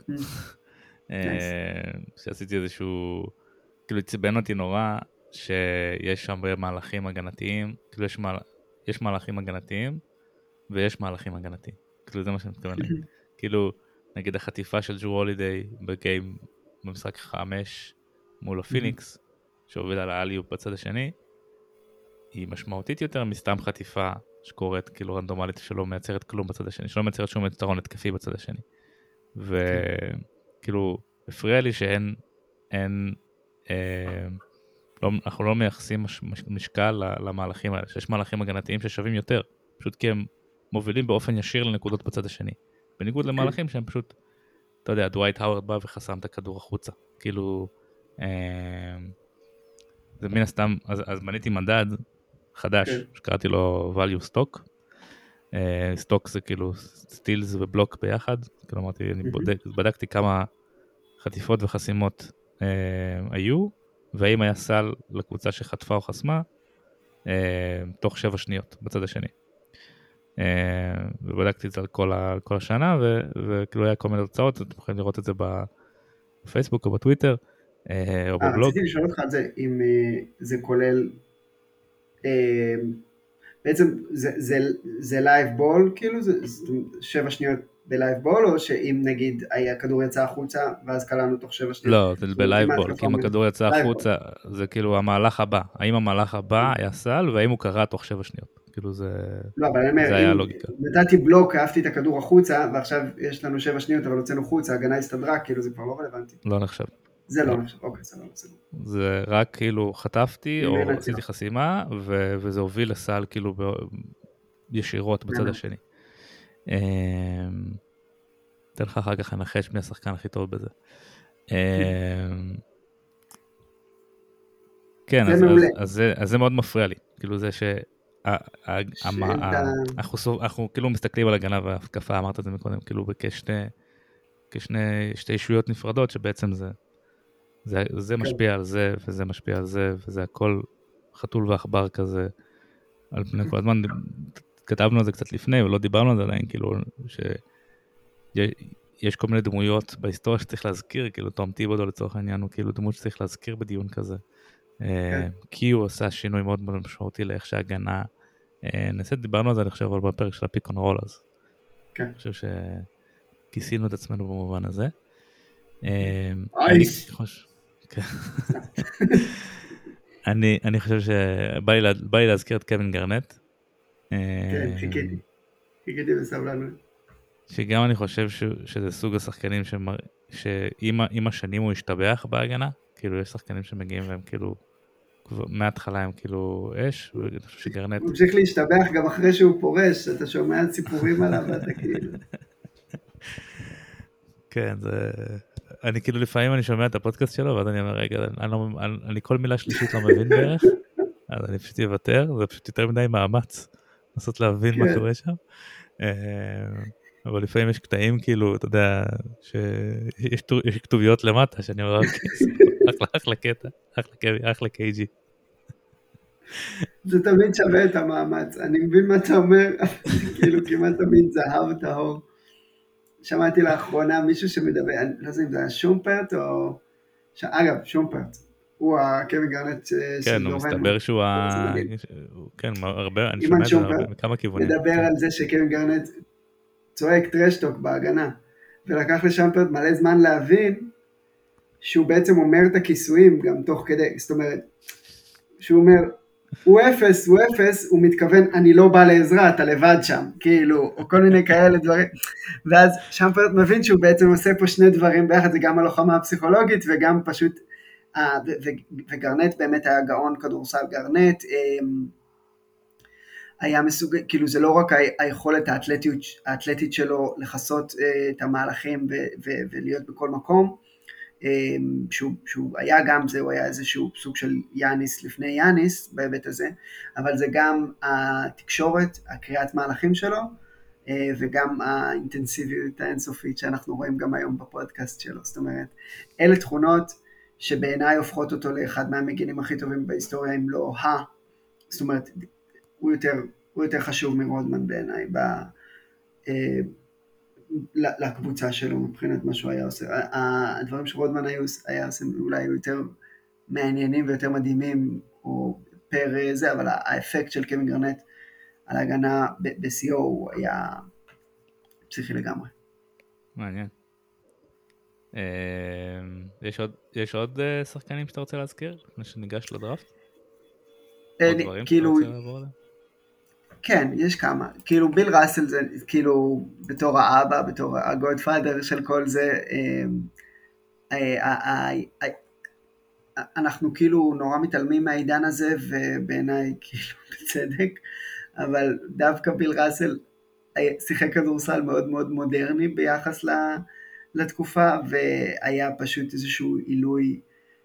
שעשיתי איזשהו, כאילו הציבן אותי נורא, שיש שם מהלכים הגנתיים, כאילו יש מהלכים הגנתיים, ויש מהלכים הגנתיים, כאילו זה מה שאני מתכוון להגיד, כאילו נגיד החטיפה של ג'רו הולידיי בגיים, במשחק חמש מול הפיניקס, שהוביל על האליופ בצד השני, היא משמעותית יותר מסתם חטיפה שקורית כאילו רנדומלית שלא מייצרת כלום בצד השני, שלא מייצרת שום יתרון התקפי בצד השני. וכאילו הפריע לי שאין, אין, אה, לא, אנחנו לא מייחסים מש, מש, משקל למהלכים האלה, שיש מהלכים הגנתיים ששווים יותר, פשוט כי הם מובילים באופן ישיר לנקודות בצד השני. בניגוד למהלכים שהם פשוט, אתה יודע, דווייט האוורד בא וחסם את הכדור החוצה. כאילו, אה, זה מן הסתם, אז, אז מניתי מדד חדש, okay. שקראתי לו value stock. סטוק uh, זה כאילו סטילס ובלוק ביחד. כאילו אמרתי, mm-hmm. אני בודק, בדקתי כמה חטיפות וחסימות uh, היו, והאם היה סל לקבוצה שחטפה או חסמה, uh, תוך שבע שניות בצד השני. Uh, ובדקתי את זה על כל, ה, על כל השנה, ו, וכאילו היה כל מיני תוצאות, אתם יכולים לראות את זה בפייסבוק או בטוויטר, uh, או בבלוג. רציתי לשאול אותך את זה, אם uh, זה כולל... Uh, בעצם זה, זה, זה לייב בול, כאילו זה, זה שבע שניות בלייב בול, או שאם נגיד הכדור יצא החוצה, ואז קלענו תוך שבע שניות? לא, זה בלייב בול, כי אם הכדור יצא החוצה, זה כאילו המהלך הבא. האם המהלך הבא היה סל, והאם הוא קרה תוך שבע שניות? כאילו זה, לא, אבל אני זה היה לוגיקה. נתתי בלוק, אהבתי את הכדור החוצה, ועכשיו יש לנו שבע שניות, אבל הוצאנו חוצה, הגנה הסתדרה, כאילו זה כבר לא רלוונטי. לא נחשב. זה לא נחשב, אוקיי, זה לא נחשב. זה רק כאילו חטפתי, או עשיתי חסימה, וזה הוביל לסל כאילו ישירות בצד השני. אתן לך אחר כך לנחש מי השחקן הכי טוב בזה. כן, אז זה מאוד מפריע לי. כאילו זה ש... אנחנו כאילו מסתכלים על הגנה וההתקפה, אמרת את זה מקודם, כאילו כשני שתי ישויות נפרדות, שבעצם זה זה, זה משפיע על זה, וזה משפיע על זה, וזה הכל חתול ועכבר כזה, על פני כל הזמן. כתבנו על זה קצת לפני, ולא דיברנו על זה עדיין, כאילו, שיש כל מיני דמויות בהיסטוריה שצריך להזכיר, כאילו, תום טיבודו לצורך העניין, הוא כאילו דמות שצריך להזכיר בדיון כזה, כי הוא עשה שינוי מאוד מאוד משמעותי לאיך שההגנה נעשית. דיברנו על זה, אני חושב, אבל בפרק של הפיק און רול, אז אני חושב שכיסינו את עצמנו במובן הזה. אייס. אני אני חושב שבא לי בא לי להזכיר את קווין גרנט. כן, חיכיתי. חיכיתי בסבלנות. שגם אני חושב שזה סוג השחקנים שעם השנים הוא השתבח בהגנה, כאילו יש שחקנים שמגיעים והם כאילו מההתחלה הם כאילו אש, ואני חושב שגרנט... הוא ממשיך להשתבח גם אחרי שהוא פורש, אתה שומע סיפורים עליו ואתה כאילו... כן, זה... אני כאילו לפעמים אני שומע את הפודקאסט שלו, ואז אני אומר, רגע, אני, לא, אני, אני כל מילה שלישית לא מבין בערך, אז אני פשוט אוותר, זה פשוט יותר מדי מאמץ, לנסות להבין כן. מה קורה שם. אבל לפעמים יש קטעים כאילו, אתה יודע, שיש יש כתוביות למטה, שאני אומר, אחלה, אחלה קטע, אחלה, אחלה קייג'י. זה תמיד שווה את המאמץ, אני מבין מה אתה אומר, כאילו כמעט תמיד זהב טהור. שמעתי לאחרונה מישהו שמדבר, אני לא יודע אם זה היה שומפרט או... אגב, שומפרט, הוא הקווין גרנט שדורנו. כן, הוא מסתבר שהוא ה... כן, הרבה, אני שומע את זה מכמה כיוונים. מדבר על זה שקווין גרנט צועק טרשטוק בהגנה, ולקח לשומפרט מלא זמן להבין שהוא בעצם אומר את הכיסויים גם תוך כדי, זאת אומרת, שהוא אומר... הוא אפס, הוא אפס, הוא מתכוון, אני לא בא לעזרה, אתה לבד שם, כאילו, או כל מיני כאלה דברים, ואז שמפרט מבין שהוא בעצם עושה פה שני דברים ביחד, זה גם הלוחמה הפסיכולוגית, וגם פשוט וגרנט באמת היה גאון כדורסל. גרנט היה מסוג, כאילו זה לא רק היכולת האתלטית, האתלטית שלו לחסות את המהלכים ולהיות בכל מקום, שהוא, שהוא היה גם זה, הוא היה איזשהו סוג של יאניס לפני יאניס בהיבט הזה, אבל זה גם התקשורת, הקריאת מהלכים שלו, וגם האינטנסיביות האינסופית שאנחנו רואים גם היום בפודקאסט שלו. זאת אומרת, אלה תכונות שבעיניי הופכות אותו לאחד מהמגינים הכי טובים בהיסטוריה, אם לא ה, זאת אומרת, הוא יותר, הוא יותר חשוב מרודמן בעיניי, ב, אה, לקבוצה שלו מבחינת מה שהוא היה עושה. הדברים שרודמן היה עושה אולי היו יותר מעניינים ויותר מדהימים, או פר זה, אבל האפקט של קווין גרנט על ההגנה ב-סי או הוא היה פסיכי לגמרי. מעניין. יש עוד, יש עוד שחקנים שאתה רוצה להזכיר לפני שניגש לדראפט? עוד דברים שאתה רוצה לעבור עליהם? כן, יש כמה. כאילו ביל ראסל זה כאילו בתור האבא, בתור הגודפאדר של כל זה, אנחנו כאילו נורא מתעלמים מהעידן הזה, ובעיניי כאילו בצדק, אבל דווקא ביל ראסל שיחק כדורסל מאוד מאוד מודרני ביחס לתקופה, והיה פשוט איזשהו עילוי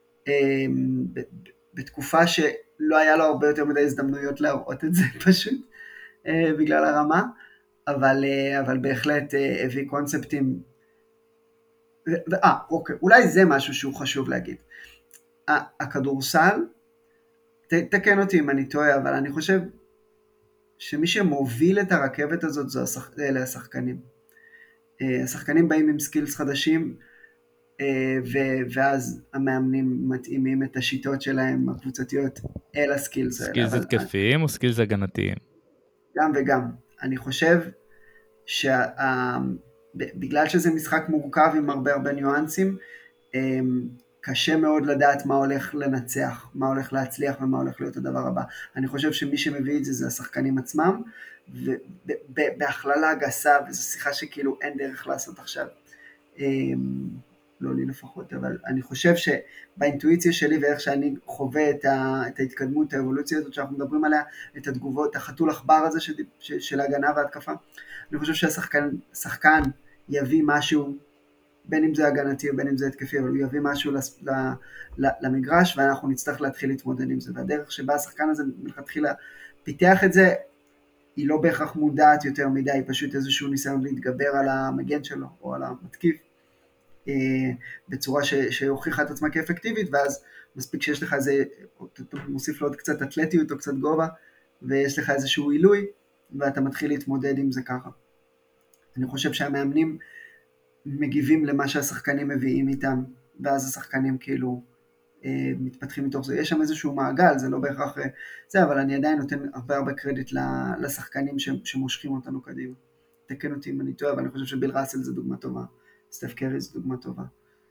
בתקופה שלא היה לו הרבה יותר מדי הזדמנויות להראות את זה פשוט, בגלל הרמה, אבל, אבל בהחלט הביא קונספטים, אה, אוקיי, אולי זה משהו שהוא חשוב להגיד. הכדורסל, תקן אותי אם אני טועה, אבל אני חושב שמי שמוביל את הרכבת הזאת זה השח... אלה השחקנים. השחקנים באים עם סקילס חדשים, ו... ואז המאמנים מתאימים את השיטות שלהם, הקבוצתיות, אל הסקילס האלה. סקילס התקפיים אבל... או סקילס הגנתיים? גם וגם. אני חושב שבגלל שזה משחק מורכב עם הרבה הרבה ניואנסים, קשה מאוד לדעת מה הולך לנצח, מה הולך להצליח ומה הולך להיות הדבר הבא. אני חושב שמי שמביא את זה זה השחקנים עצמם, ובהכללה גסה, וזו שיחה שכאילו אין דרך לעשות עכשיו, לא לי לפחות, אבל אני חושב שבאינטואיציה שלי ואיך שאני חווה את, ה, את ההתקדמות, את האבולוציה הזאת שאנחנו מדברים עליה, את התגובות, החתול אכבר הזה של, של, של ההגנה וההתקפה, אני חושב שהשחקן שחקן יביא משהו, בין אם זה הגנתי או בין אם זה התקפי, אבל הוא יביא משהו למגרש, ואנחנו נצטרך להתחיל להתמודד עם זה. והדרך שבה השחקן הזה מלכתחילה פיתח את זה, היא לא בהכרח מודעת יותר מדי, היא פשוט איזשהו ניסיון להתגבר על המגן שלו, או על המתקיף, בצורה שהוכיחה את עצמה כאפקטיבית, ואז מספיק שיש לך איזה, מוסיף לו עוד קצת אתלטיות או קצת גובה, ויש לך איזשהו עילוי, ואתה מתחיל להתמודד עם זה ככה. אני חושב שהמאמנים מגיבים למה שהשחקנים מביאים איתם, ואז השחקנים כאילו אה, מתפתחים מתוך זה. יש שם איזשהו מעגל, זה לא בהכרח זה, אבל אני עדיין נותן הרבה הרבה קרדיט לשחקנים שמושכים אותנו קדימה. תקן אותי אם אני טועה, אבל אני חושב שביל ראסל זה דוגמה טובה, סטף קרי זה דוגמה טובה.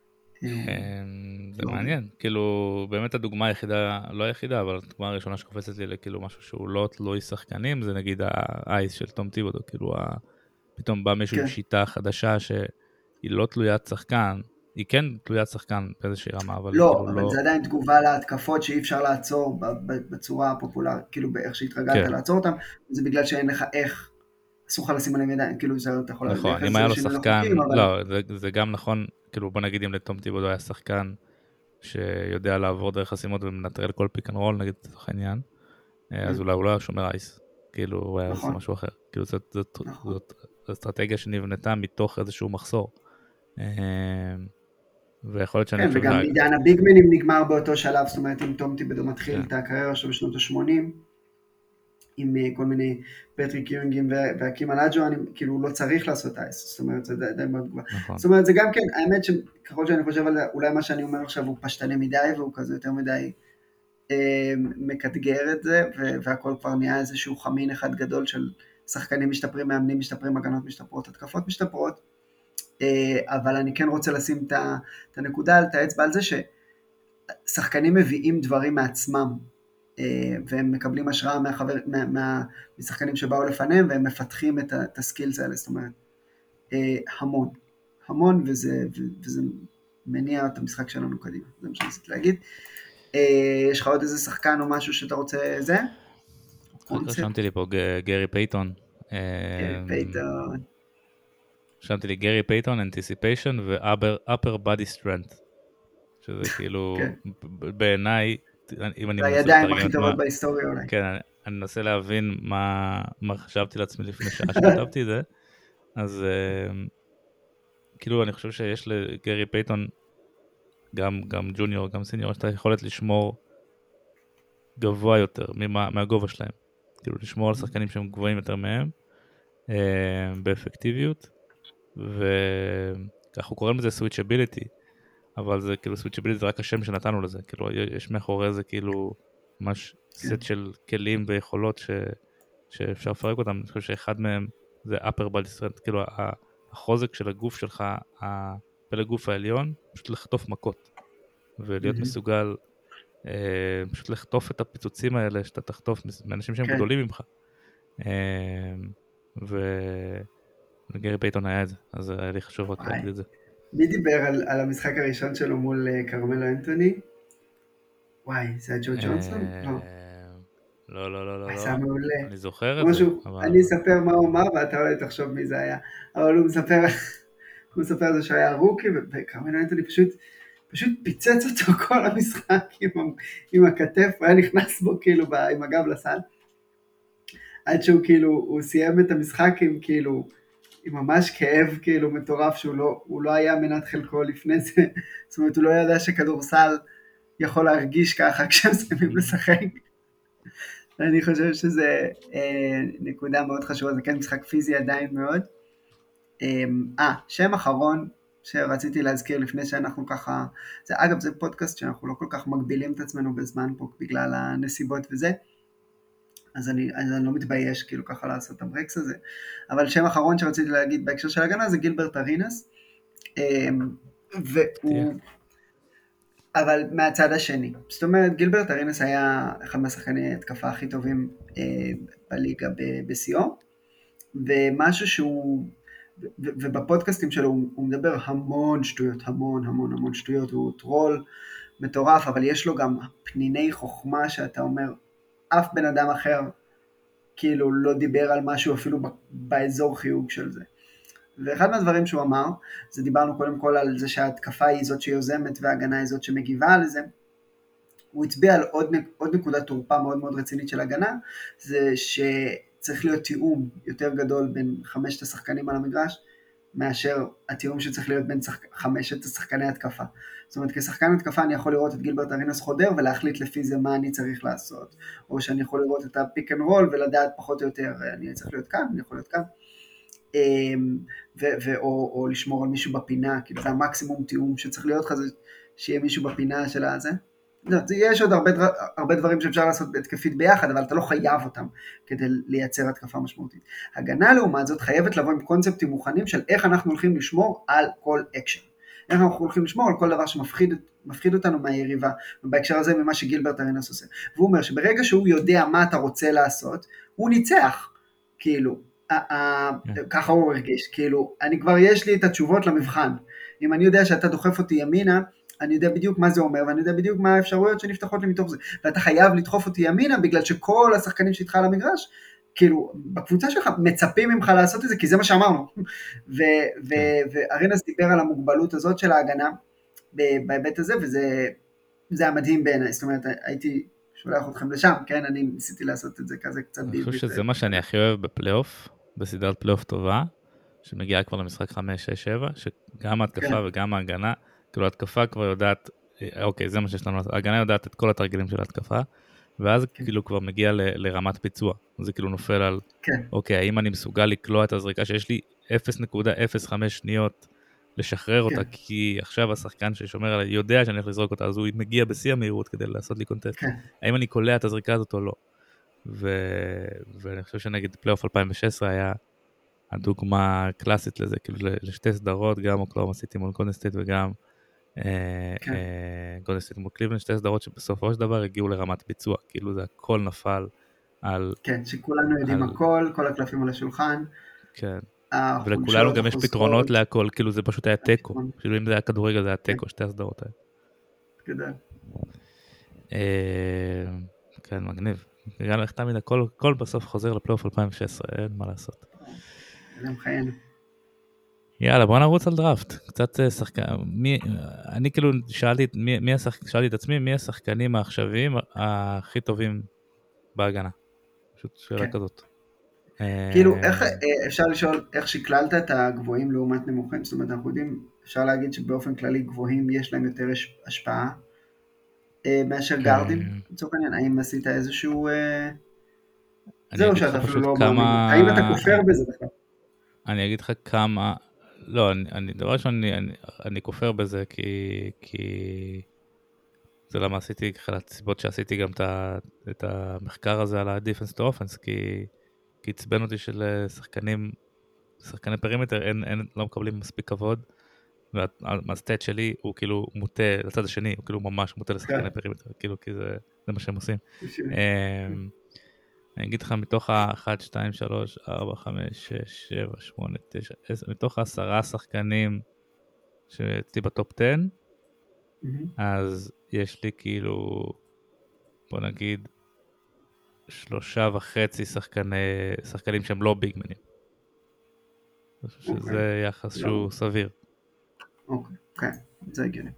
זה מעניין, כאילו באמת הדוגמה היחידה, לא היחידה, אבל הדוגמה הראשונה שקופצת לי לכאילו משהו שהוא לא תלוי שחקנים, זה נגיד האייס של תום טיבודו, כאילו פתאום בא מישהו עם שיטה חדשה ש... היא לא תלוית שחקן, היא כן תלוית שחקן באיזושהי רמה, אבל לא, כאילו אבל לא... זה עדיין תגובה להתקפות שאי אפשר לעצור בצורה הפופולרית, כאילו באיך שהתרגלת כן. לעצור אותם, זה בגלל שאין לך איך, אסור לך לשים עליהם ידיים, כאילו זה אתה יכול... נכון, אם היה לו שחקן, אבל... לא, זה, זה גם נכון, כאילו בוא נגיד אם לתום טיבודו היה שחקן, שיודע לעבור דרך הסימות ומנטרל כל פיק אנד רול, נגיד לתוך העניין, אז אולי הוא לא היה שומר אייס, כאילו הוא היה עושה משהו אחר, כאילו זאת, זאת, זאת אסטרטגיה שנבנתה מתוך איזשהו מחסור. ויכול להיות שאני... כן, וגם עידן הביגמנים נגמר באותו שלב, זאת אומרת, אם תום טיבודו מתחיל את הקריירה שלו בשנות ה-שמונים, עם כל מיני פטריק יונגים והקים אלאג'ו, אני כאילו לא צריך לעשות אייס, זאת אומרת, זה די מאוד גבוה. זאת אומרת, זה גם כן, האמת שככל שאני חושב על זה, אולי מה שאני אומר עכשיו הוא פשטני מדי, והוא כזה יותר מדי מקטגר את זה, והכל כבר נהיה איזשהו חמין אחד גדול של שחקנים משתפרים, מאמנים משתפרים, הגנות משתפרות, התקפות משתפרות, אבל אני כן רוצה לשים את הנקודה, את האצבע על זה ששחקנים מביאים דברים מעצמם, והם מקבלים השראה מהחבר, מה, משחקנים שבאו לפניהם, והם מפתחים את, את הסקילס האלה, זאת אומרת, המון, המון, וזה, וזה מניע את המשחק שלנו קדימה, זה מה שניסיתי להגיד. יש לך עוד איזה שחקן או משהו שאתה רוצה זה? רק רשמתי לי פה גרי פייטון. גרי פייטון. רשמתי לי גרי פייטון, Anticipation ו-Upper Body Strength. שזה כאילו, בעיניי, אם אני זה הידיים הכי טובות בהיסטוריה אולי. כן, אני מנסה להבין מה חשבתי לעצמי לפני שעה שכתבתי את זה. אז כאילו אני חושב שיש לגרי פייטון, גם ג'וניור, גם סיניור, יש את היכולת לשמור גבוה יותר מהגובה שלהם. כאילו לשמור על שחקנים שהם גבוהים יותר מהם, באפקטיביות, וכך הוא קורא לזה סוויצ'ביליטי, אבל זה כאילו סוויצ'ביליטי זה רק השם שנתנו לזה, כאילו יש מאחורי זה כאילו ממש סט של כלים ויכולות ש, שאפשר לפרק אותם. אני חושב שאחד מהם זה upper body strength, כאילו החוזק של הגוף שלך, הפלג גוף העליון, פשוט לחטוף מכות, ולהיות mm-hmm. מסוגל אה, פשוט לחטוף את הפיצוצים האלה שאתה תחטוף מאנשים שהם כן. גדולים ממך. אה, וגרי פייטון היה את זה, אז היה לי חשוב רק להגיד את זה. מי דיבר על, על המשחק הראשון שלו מול קרמלו אנטוני? וואי, זה היה ג'ו ג'ונסון? לא. לא, לא, לא, לא. זה היה מעולה. אני זוכר את זה. אני אספר מה הוא אמר, ואתה אולי תחשוב מי זה היה. אבל הוא מספר, הוא מספר על זה שהיה רוקי, וקרמלו אנטוני פשוט, פשוט פיצץ אותו כל המשחק עם, עם הכתף, הוא היה נכנס בו כאילו עם הגב לסל, עד שהוא כאילו, הוא סיים את המשחק עם כאילו, עם ממש כאב כאילו מטורף, שהוא לא, הוא לא היה מנת חלקו לפני זה, זאת אומרת הוא לא ידע שכדורסל יכול להרגיש ככה כשהם סיימים לשחק. אני חושב שזה אה, נקודה מאוד חשובה, זה כן משחק פיזי עדיין מאוד. אה, שם אחרון שרציתי להזכיר לפני שאנחנו ככה, זה אגב זה פודקאסט שאנחנו לא כל כך מגבילים את עצמנו בזמן פה בגלל הנסיבות וזה, אז אני, אז אני לא מתבייש כאילו ככה לעשות את הברקס הזה, אבל שם אחרון שרציתי להגיד בהקשר של הגנה זה גילברט ארינס, והוא, אבל מהצד השני, זאת אומרת גילברט ארינס היה אחד מהשחקני התקפה הכי טובים בליגה בסיום, ומשהו שהוא, ובפודקאסטים שלו הוא, הוא מדבר המון שטויות, המון המון המון שטויות, הוא טרול מטורף, אבל יש לו גם פניני חוכמה שאתה אומר, אף בן אדם אחר כאילו לא דיבר על משהו אפילו באזור חיוג של זה. ואחד מהדברים שהוא אמר, זה דיברנו קודם כל על זה שההתקפה היא זאת שיוזמת וההגנה היא זאת שמגיבה על זה. הוא הצביע על עוד, עוד נקודת תורפה מאוד מאוד רצינית של הגנה, זה שצריך להיות תיאום יותר גדול בין חמשת השחקנים על המגרש, מאשר התיאום שצריך להיות בין שחק... חמשת השחקני התקפה. זאת אומרת, כשחקן התקפה אני יכול לראות את גילברט ארינס חודר, ולהחליט לפי זה מה אני צריך לעשות. או שאני יכול לראות את הפיק אנד רול, ולדעת פחות או יותר, אני צריך להיות כאן, אני יכול להיות כאן. ו- ו- או, או לשמור על מישהו בפינה, כאילו זה המקסימום תיאום שצריך להיות לך, זה שיהיה מישהו בפינה של הזה. יש עוד הרבה, דבר, הרבה דברים שאפשר לעשות בהתקפית ביחד, אבל אתה לא חייב אותם כדי לייצר התקפה משמעותית. הגנה לעומת זאת חייבת לבוא עם קונספטים מוכנים של איך אנחנו הולכים לשמור על כל אקשן. איך אנחנו הולכים לשמור על כל דבר שמפחיד מפחיד אותנו מהיריבה, ובהקשר הזה ממה שגילברט ארינס עושה. והוא אומר שברגע שהוא יודע מה אתה רוצה לעשות, הוא ניצח. כאילו, ככה הוא הרגיש. כאילו, אני כבר יש לי את התשובות למבחן. אם אני יודע שאתה דוחף אותי ימינה, אני יודע בדיוק מה זה אומר, ואני יודע בדיוק מה האפשרויות שנפתחות לי מתוך זה, ואתה חייב לדחוף אותי ימינה, בגלל שכל השחקנים שאיתך על המגרש, כאילו, בקבוצה שלך מצפים ממך לעשות את זה, כי זה מה שאמרנו, וארינס דיבר על המוגבלות הזאת של ההגנה, בהיבט הזה, וזה היה מדהים בעיניי, זאת אומרת, הייתי שולח אתכם לשם, כן, אני ניסיתי לעשות את זה כזה קצת בעברית. אני חושב שזה מה שאני הכי אוהב בפלייאוף, בסדרת פלייאוף טובה, שמגיעה כבר למשחק חמש, שש, שבע, שגם ההתקפה וגם ההגנה, כאילו ההתקפה כבר יודעת, אוקיי, זה מה שיש לנו, ההגנה יודעת את כל התרגילים של ההתקפה, ואז כן. כאילו כבר מגיע ל, לרמת פיצוע, זה כאילו נופל על, כן. אוקיי, האם אני מסוגל לקלוע את הזריקה שיש לי אפס נקודה אפס חמש שניות לשחרר כן. אותה, כי עכשיו השחקן ששומר עליי יודע שאני הולך לזרוק אותה, אז הוא מגיע בשיא המהירות כדי לעשות לי קונטסט, כן. האם אני קולע את הזריקה הזאת או לא, ו... ואני חושב שנגד פלייאוף אלפיים ושש עשרה היה הדוגמה קלאסית לזה, כאילו לשתי סדרות, גם אוקלאומה סיטי מול גולדן סטייט וגם גולדן סטייט מול קליבלנד, שתי סדרות שבסופו של דבר הגיעו לרמת ביצוע, כאילו זה הכל נפל על... כן, שכולנו יודעים הכל, כל הקלפים על השולחן. כן, ולכולנו גם יש פתרונות להכל, כאילו זה פשוט היה טקו, הפתרון. כאילו אם זה היה כדורגל זה היה טקו, שתי הסדרות האלה. גדל. אה, כן, מגניב. יאללה, איך תמיד הכל, הכל בסוף חוזר לפלייאוף אלפיים ושש עשרה, אין מה לעשות. זה מחיינו. יאללה, בוא נרוץ על דראפט. קצת אה, שחקן, מי, אני כאילו שאלתי, מי, מי השחק, שאלתי את עצמי, מי השחקנים העכשוויים הכי טובים בהגנה? פשוט שאלה כן. כזאת. כאילו, אה, איך, אה, אפשר לשאול איך שקללת את הגבוהים לעומת נמוכים? זאת אומרת, אנחנו יודעים, אפשר להגיד שבאופן כללי גבוהים יש להם יותר הש- השפעה אה, מאשר גארדים, אה, לצורך העניין, האם עשית איזשהו... אה, אני זהו, אגיד לך שאתה אפילו פשוט לא מאמין. האם אתה כמה, כופר בזה בכלל? אני אגיד לך כמה, לא, אני, אני דבר ראשון, אני, אני, אני כופר בזה כי, כי זה למה עשיתי, אחת הסיבות שעשיתי גם את, ה, את המחקר הזה על ה-Defense to Offense, כי, כי עצבן אותי של שחקנים, שחקני פרימטר, אין, אין, לא מקבלים מספיק כבוד, והסטאט שלי הוא כאילו מוטה לצד השני, הוא כאילו ממש מוטה לשחקני פרימטר, כאילו כי זה, זה מה שהם עושים. אני אגיד לך מתוך ה-אחת, שתיים, שלוש, ארבע, חמש, שש, שבע, שמונה, תשע, עשר, מתוך העשרה שחקנים שאצלי בטופ עשר, אז יש לי כאילו, בוא נגיד, שלושה וחצי שחקני, שחקנים שהם לא ביגמנים. אני חושב שזה יחס שהוא סביר. אוקיי, כן, זה הגיוני.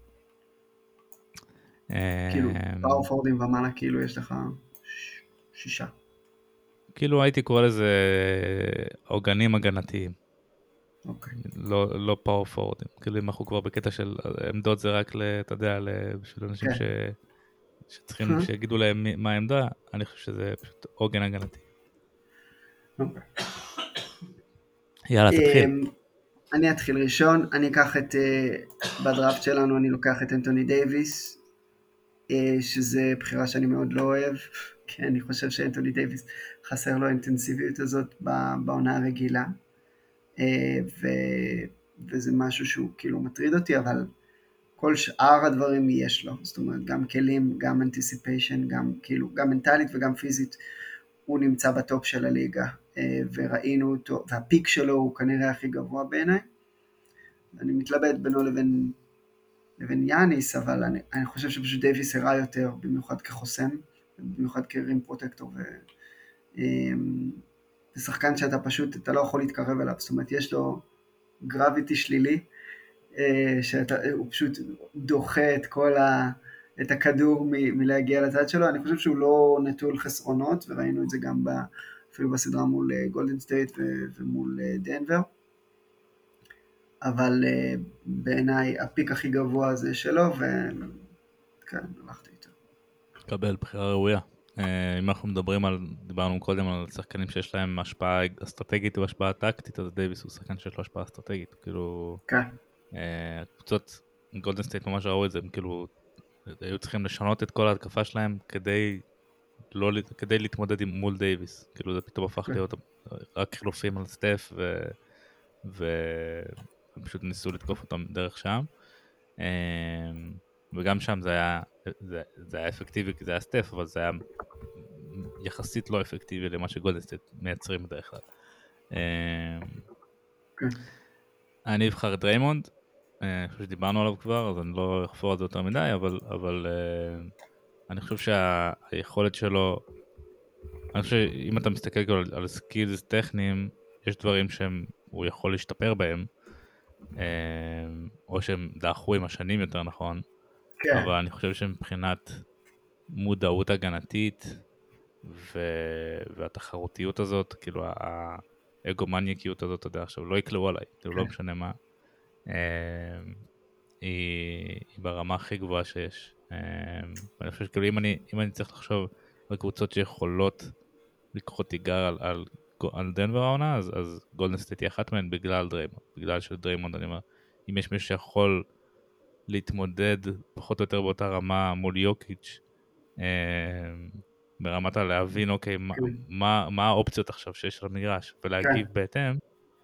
כאילו, פאור פורדים ומעלה, כאילו יש לך שישה. כאילו הייתי קורא לזה עוגנים הגנתיים. אוקיי. לא, לא פאור פורדים. כאילו אם אנחנו כבר בקטע של עמדות זה רק, אתה יודע, בשביל אנשים ש... שצריכים שיגידו להם מה העמדה, אני חושב שזה פשוט עוגן הגנתי. אוקיי. יאללה, תתחיל. אני אתחיל ראשון, אני אקח את, בדראפט שלנו אני לוקח את אנטוני דייביס, שזה בחירה שאני מאוד לא אוהב, כי אני חושב שאנטוני דייביס חסר לו האינטנסיביות הזאת בעונה הרגילה, ו, וזה משהו שהוא כאילו מטריד אותי, אבל כל שאר הדברים יש לו, זאת אומרת גם כלים, גם אנטיסיפיישן, גם כאילו, גם מנטלית וגם פיזית, הוא נמצא בטופ של הליגה, וראינו אותו, והפיק שלו הוא כנראה הכי גבוה בעיניי, אני מתלבט בינו לבין, לבין יאניס, אבל אני, אני חושב שפשוט דייביס הראה יותר, במיוחד כחוסם, במיוחד כרים פרוטקטור, זה שחקן שאתה פשוט, אתה לא יכול להתקרב אליו, זאת אומרת, יש לו גרביטי שלילי, שהוא פשוט דוחה את כל ה... את הכדור מ- מלהגיע לצד שלו, אני חושב שהוא לא נטול חסרונות, וראינו את זה גם ב... אפילו בסדרה מול גולדן סטייט ו- ומול דנבר, אבל uh, בעיניי הפיק הכי גבוה זה שלו, וכן, הלכתי איתו. קבל, בחירה ראויה. Uh, אם אנחנו מדברים על, דיברנו קודם על שחקנים שיש להם השפעה אסטרטגית והשפעה טקטית, אז דייביס הוא שחקן שיש לו השפעה אסטרטגית, כאילו... כן. קבוצות, גולדן סטייט ממש ראו את זה, הם כאילו, היו צריכים לשנות את כל ההתקפה שלהם כדי, לא, כדי להתמודד עם מול דייביס, כאילו זה פתאום הפך להיות רק חילופים על סטף, ו... ופשוט ניסו לתקוף אותם דרך שם, וגם שם זה היה, זה, זה היה אפקטיבי כי זה היה סטף, אבל זה היה יחסית לא אפקטיבי למה שגולדן סטייט מייצרים בדרך כלל. אני אבחר את דריימונד, אני חושב שדיברנו עליו כבר, אז אני לא אחפור על זה יותר מדי, אבל, אבל uh, אני חושב שהיכולת שלו, אני חושב שאם אתה מסתכל על, על סקילס טכניים, יש דברים שהוא יכול להשתפר בהם, uh, או שהם דאחו עם השנים יותר נכון, כן. אבל אני חושב שמבחינת מודעות הגנתית, ו... והתחרותיות הזאת, כאילו האגומניאקיות הזאת, אתה יודע, עכשיו לא יקלעו עליי, כאילו כן. לא משנה מה, היא, היא ברמה הכי גבוהה שיש. ואני חושב שכאילו אם אני, אם אני צריך לחשוב על קבוצות שיכולות לקחת תיגר על, על, על דנבר העונה, אז, אז גולדן סטייט היא אחת מהן בגלל דריימונד. בגלל שדריימונד, אני אומר, אם יש מישהו שיכול להתמודד פחות או יותר באותה רמה מול יוקיץ', ברמת להבין, אוקיי, מה, מה, מה האופציות עכשיו שיש על המגרש, ולהגיב בהתאם,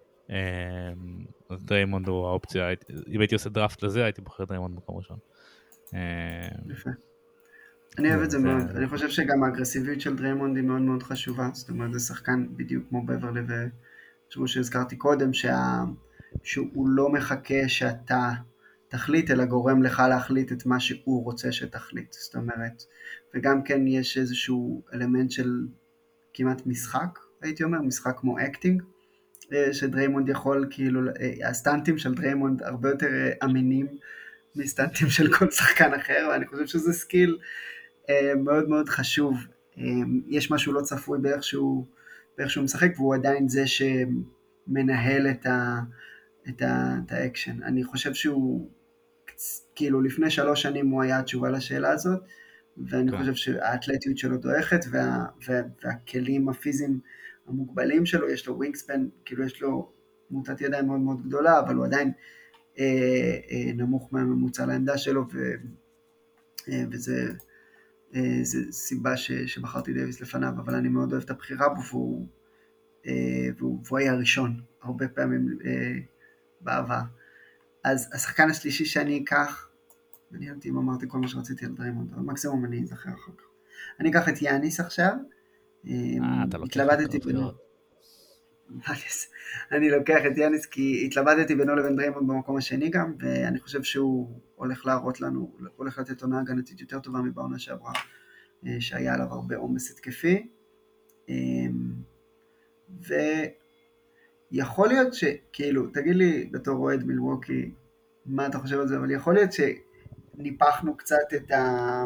אז דריימונד הוא האופציה, אם הייתי עושה דראפט לזה, הייתי בוחר דריימונד במקום ראשון. יפה. אני אוהב את זה מאוד, אני חושב שגם האגרסיביות של דריימונד היא מאוד מאוד חשובה, זאת אומרת זה שחקן בדיוק כמו בברלי כמו שהזכרתי קודם, שה, שהוא לא מחכה שאתה תחליט, אלא גורם לך להחליט את מה שהוא רוצה שתחליט. זאת אומרת, וגם כן יש איזשהו אלמנט של כמעט משחק, הייתי אומר, משחק כמו אקטינג, שדריימונד יכול, כאילו, הסטנטים של דריימונד הרבה יותר אמינים מסטנטים של כל שחקן אחר, ואני חושב שזה סקיל מאוד מאוד חשוב. יש משהו לא צפוי באיך שהוא, באיך שהוא משחק, והוא עדיין זה שמנהל את ה, את ה, את האקשן. אני חושב שהוא, כאילו, לפני שלוש שנים הוא היה התשובה לשאלה הזאת, ואני חושב שהאתלטיות שלו דועכת, וה, וה, והכלים הפיזיים המוגבלים שלו, יש לו ווינגספן, כאילו יש לו מוטת ידיים מאוד מאוד גדולה, אבל הוא עדיין אה, אה, נמוך מהממוצע לעמדה שלו, ו, אה, וזה אה, זה סיבה ש, שבחרתי דייביס לפניו, אבל אני מאוד אוהב את הבחירה בו, והוא, אה, והוא, והוא היה הראשון, הרבה פעמים אה, בעבר. אז השחקן השלישי שאני אקח, אני יודעת אם אמרתי כל מה שרציתי על דריימונד, אבל מקסימום אני אזכר אחר כך. אני אקח את יאניס עכשיו, אה, אתה לוקח התלבטתי בינו. אני לוקח את יאניס כי התלבטתי בינו לבין דריימונד במקום השני גם, ואני חושב שהוא הולך להראות לנו, הולך לתת עונה הגנתית יותר טובה מבעונה שעברה, שהיה עליו הרבה עומס התקפי, ויכול להיות שכאילו, תגיד לי בתור אוהד מילווקי, מה אתה חושב על זה, אבל יכול להיות שניפחנו קצת את ה...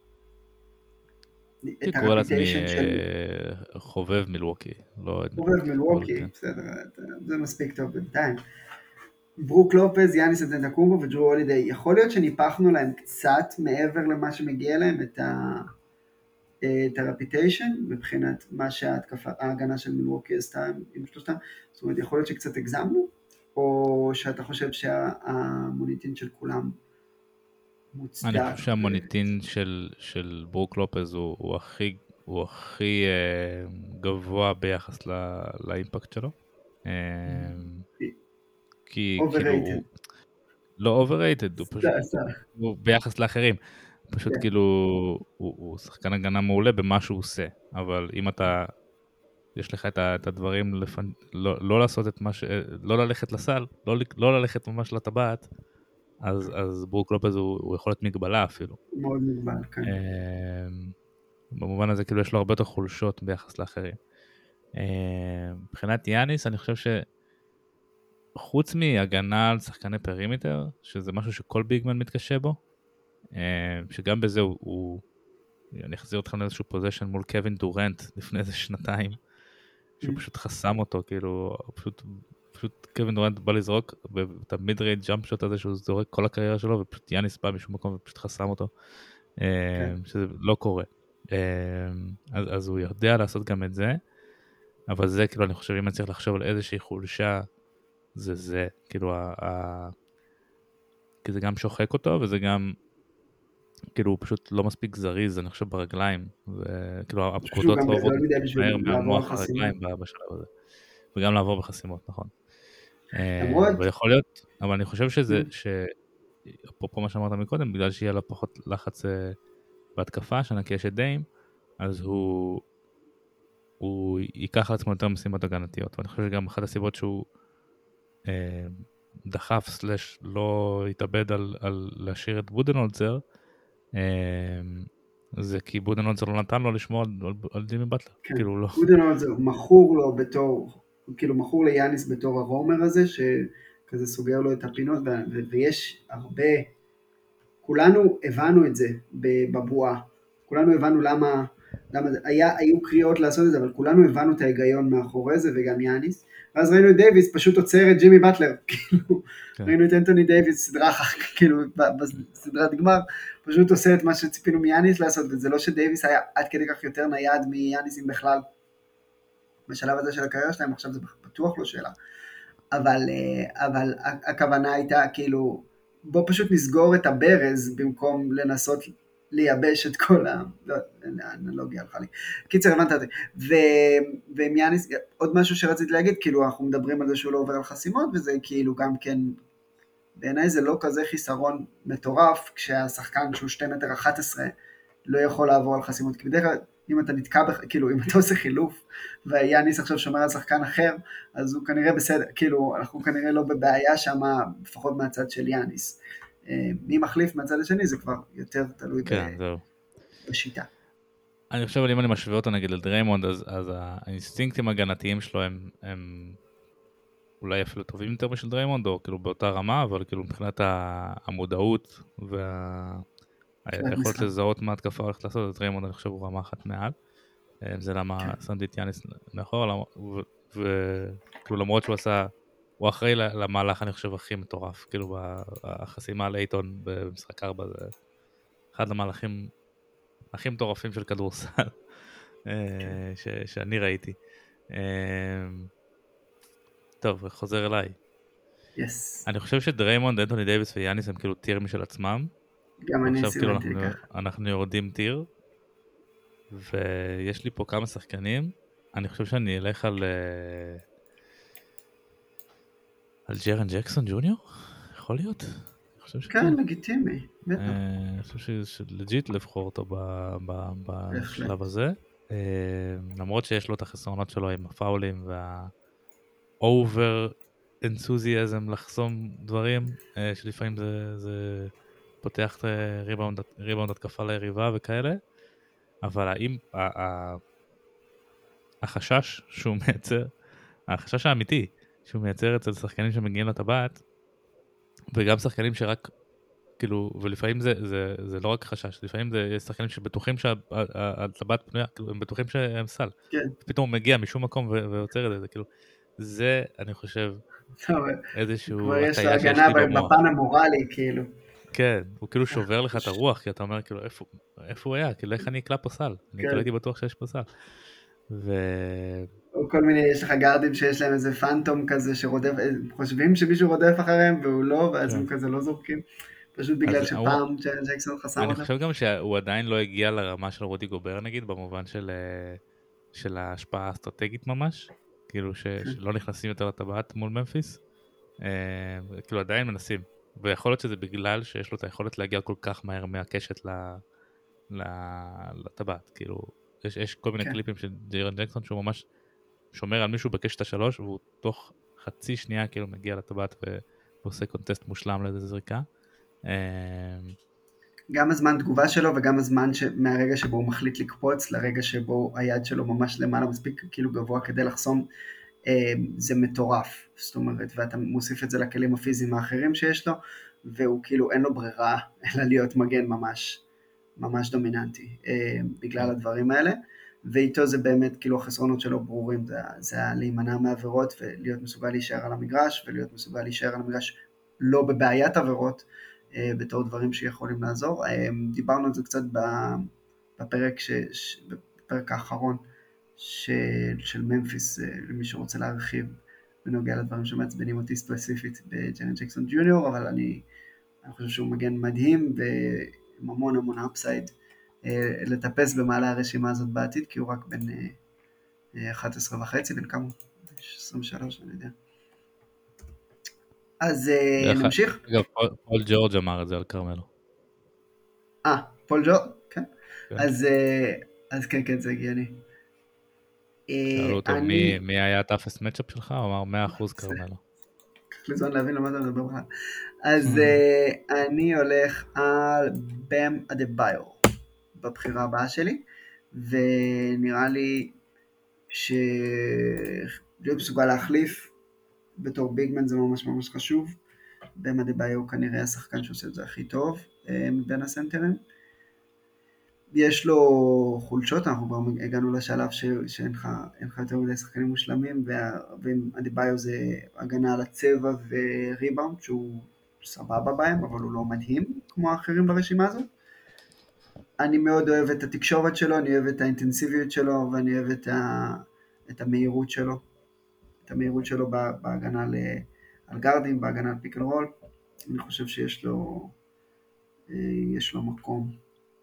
את הרפיטיישן של... חובב מילווקי. חובב מילווקי, בסדר, זה מספיק טוב בינתיים. ברוק לופז, יאניס אנטטוקומפו וג'רו הולידיי, יכול להיות שניפחנו להם קצת מעבר למה שמגיע להם את ה... את הרפיטיישן, מבחינת מה שההתקפה, ההגנה של מילווקי עשתה עם שלושתם, זאת אומרת, יכול להיות שקצת הגזמנו, או שאתה חושב שהמוניטין של כולם מוצדק? אני חושב שהמוניטין של, של ברוק לופז הוא, הוא הכי, הוא הכי אה, גבוה ביחס לא, לאימפקט שלו. אה, כי כאילו הוא לא overrated, הוא פשוט הוא ביחס לאחרים. פשוט כאילו, הוא, הוא שחקן הגנה מעולה במה שהוא עושה, אבל אם אתה, יש לך את, את הדברים, לפנ... לא, לא לעשות את מה ש... לא ללכת לסל, לא, לא ללכת ממש לטבעת, אז, אז ברוק לופז הוא, הוא יכול להיות מגבלה אפילו. מאוד מגבל, כן. במובן הזה כאילו יש לו הרבה יותר חולשות ביחס לאחרים. מבחינת יאניס, אני חושב שחוץ מהגנה על שחקני פרימיטר, שזה משהו שכל ביגמן מתקשה בו, שגם בזה הוא, הוא אני אחזיר אתכם לאיזשהו פוזיישן מול קווין דורנט לפני איזה שנתיים, שהוא פשוט חסם אותו, כאילו, פשוט, פשוט קווין דורנט בא לזרוק את המיד רייד ג'אמפ שוט הזה שהוא זורק כל הקריירה שלו, ופשוט יאניס בא משום מקום ופשוט חסם אותו, שזה לא קורה. אז, אז הוא יודע לעשות גם את זה, אבל זה כאילו אני חושב אם אני צריך לחשוב על איזושהי חולשה, זה זה, כאילו, ה, ה, כי זה גם שוחק אותו, וזה גם כאילו הוא פשוט לא מספיק זריז, אני חושב ברגליים, וכאילו הפקודות לא עוברות מהר מהמוח הרגליים בשלב הזה, וגם לעבור בחסימות, נכון. ויכול להיות, אבל אני חושב שזה, אפרופו מה שאמרת מקודם, בגלל שיהיה לה פחות לחץ בהתקפה, שנקש את דיים, אז הוא הוא ייקח על עצמו יותר משימות הגנתיות, ואני חושב שגם אחת הסיבות שהוא דחף סלש לא יתאבד על להשאיר את בודנהולצר, זה כי בודנהולצר לא נתן לו לשמור על ג'ימי באטלר. בודנהולצר מכור לו בתור, כאילו מכור ליאניס בתור הרומר הזה, שכזה סוגר לו את הפינות, ויש הרבה, כולנו הבנו את זה בבועה, כולנו הבנו למה, למה היה, היו קריאות לעשות את זה, אבל כולנו הבנו את ההיגיון מאחורי זה, וגם יאניס, ואז ראינו את דייביס פשוט עוצר את ג'ימי באטלר, כאילו, ראינו את אנטוני דייביס, סדרה, כאילו, בסדרת גמר, פשוט עושה את מה שציפינו מיאניס לעשות, וזה לא שדייביס היה עד כדי כך יותר נייד מיאניסים בכלל, בשלב הזה של הקריירה שלהם, עכשיו זה בטוח לא שאלה, אבל, אבל הכוונה הייתה, כאילו, בוא פשוט נסגור את הברז, במקום לנסות לייבש את כל ה... לא, האנלוגיה הלכה לי. קיצר, הבנת אותי. ועם יאניס, עוד משהו שרציתי להגיד, כאילו, אנחנו מדברים על זה שהוא לא עובר על חסימות, וזה כאילו גם כן, בעיניי זה לא כזה חיסרון מטורף, כשהשחקן שהוא שתי מטר אחת עשרה, לא יכול לעבור על חסימות, כי בדרך כלל אם אתה נתקע, בח... כאילו אם אתה עושה חילוף, ויאניס עכשיו שומר על שחקן אחר, אז הוא כנראה בסדר, כאילו אנחנו כנראה לא בבעיה שם, לפחות מהצד של יאניס. מי מחליף מהצד השני זה כבר יותר תלוי כן, ב... זהו. בשיטה. אני חושב, אם אני משווה אותו נגיד לדריימונד, אז, אז האינסטינקטים הגנתיים שלו הם, הם אולי אפילו טובים יותר משל דריימונד, או כאילו באותה רמה, אבל כאילו מבחינת המודעות והיכולת לזהות מה התקפה הולכת לעשות, אז דריימונד אני חושב הוא רמה אחת מעל. זה למה שמתי את יאניס מאחור, וכאילו למרות שהוא עשה, הוא אחראי למהלך אני חושב הכי מטורף, כאילו החסימה על אייטון במשחק ארבע, זה אחד המהלכים הכי מטורפים של כדורסל שאני ראיתי. טוב, חוזר אליי. אני חושב שדריימונד, אנטוני דייביס ויאניס הם כאילו טיר משל עצמם. גם אני סימנתי כך. אנחנו יורדים טיר, ויש לי פה כמה שחקנים. אני חושב שאני אלך על על ג'רן ג'קסון ג'וניור? יכול להיות? כן, לגיטימי. אני חושב שלג'יט לבחור אותו בשלב הזה. למרות שיש לו את החסרונות שלו עם הפאולים והאובר אנתוזיאזם לחסום דברים, שלפעמים זה פותח ריבאונד התקפה ליריבה וכאלה. אבל האם החשש שהוא מייצר, החשש האמיתי שהוא מייצר אצל שחקנים שמגיעים לטבעת, וגם שחקנים שרק, כאילו, ולפעמים זה, זה, זה לא רק חשש, לפעמים זה שחקנים שבטוחים שהטבעת פנויה, כאילו, הם בטוחים שהם סל. כן. פתאום הוא מגיע משום מקום ויוצר את זה, כאילו, זה, אני חושב, איזשהו הטעיה שיש לי במוח. בפן המורלי, כאילו. כן, הוא כאילו שובר לך את הרוח, כי אתה אומר, כאילו, איפה, איפה הוא היה? כאילו, איך אני אקלע פה סל? אני כאילו הייתי בטוח שיש פה סל. ו... או כל מיני, יש לך גארדים שיש להם איזה פנטום כזה שרודף, חושבים שמישהו רודף אחריהם והוא לא, ואז הם כזה לא זורקים, פשוט בגלל שפעם ג'קסון חסם אותם. אני חושב גם שהוא עדיין לא הגיע לרמה של רודי גובר נגיד, במובן של, של ההשפעה האסטרטגית ממש, כאילו שלא נכנסים יותר לטבעת מול ממפיס, כאילו עדיין מנסים, ויכול להיות שזה בגלל שיש לו את היכולת להגיע כל כך מהר מהקשת לטבעת, כאילו יש, יש כל מיני קליפים של ג'רן ג'קסון שהוא ממש שומר על מישהו בקשת השלוש, והוא תוך חצי שנייה כאילו מגיע לטבעת ועושה קונטסט מושלם לאיזה זריקה. גם הזמן תגובה שלו וגם הזמן ש... מהרגע שבו הוא מחליט לקפוץ לרגע שבו היד שלו ממש למעלה מספיק כאילו גבוה כדי לחסום, זה מטורף. זאת אומרת, ואתה מוסיף את זה לכלים הפיזיים האחרים שיש לו, והוא כאילו אין לו ברירה אלא להיות מגן ממש, ממש דומיננטי בגלל הדברים האלה. ואיתו זה באמת, כאילו החסרונות שלו ברורים, זה, זה להימנע מעבירות ולהיות מסוגל להישאר על המגרש, ולהיות מסוגל להישאר על המגרש לא בבעיית עבירות, אה, בתור דברים שיכולים לעזור. אה, דיברנו על זה קצת בפרק, ש, ש, בפרק האחרון של, של ממפיס, אה, למי שרוצה להרחיב בנוגע לדברים שמעצבנים אותי ספציפית בג'רן ג'קסון ג'וניור, אבל אני, אני חושב שהוא מגן מדהים, ועם המון המון אפסייד, לטפס במעלה הרשימה הזאת בעתיד, כי הוא רק בין אחת עשרה וחצי, בין כמה? עשרים ושלוש, אני יודע. אז נמשיך. אגב, פול ג'ורג' אמר את זה על קרמלו. אה, פול ג'ורג', כן. אז כן, כן, זה הגיוני. שאלו אותו, מי היה הטאפסט מצ'אפ שלך? הוא אמר מאה אחוז קרמלו. קח לי זמן להבין למה אתה מדבר בכלל. אז אני הולך על בם אדבאיו. בבחירה הבאה שלי, ונראה לי שלהיות מסוגל להחליף בתור ביגמן זה ממש ממש חשוב. בם אדבאיו הוא כנראה השחקן שעושה את זה הכי טוב מבין הסנטרים. יש לו חולשות, אנחנו כבר הגענו לשלב שאין לך יותר מדי שחקנים מושלמים, ועם אדבאיו זה הגנה על הצבע וריבאונד שהוא סבבה בהם, אבל הוא לא מדהים כמו האחרים ברשימה הזאת. אני מאוד אוהב את התקשורת שלו, אני אוהב את האינטנסיביות שלו, ואני אוהב את, ה... את המהירות שלו, את המהירות שלו בהגנה ל... על גארדים, בהגנה על פיק אנד רול. אני חושב שיש לו, יש לו מקום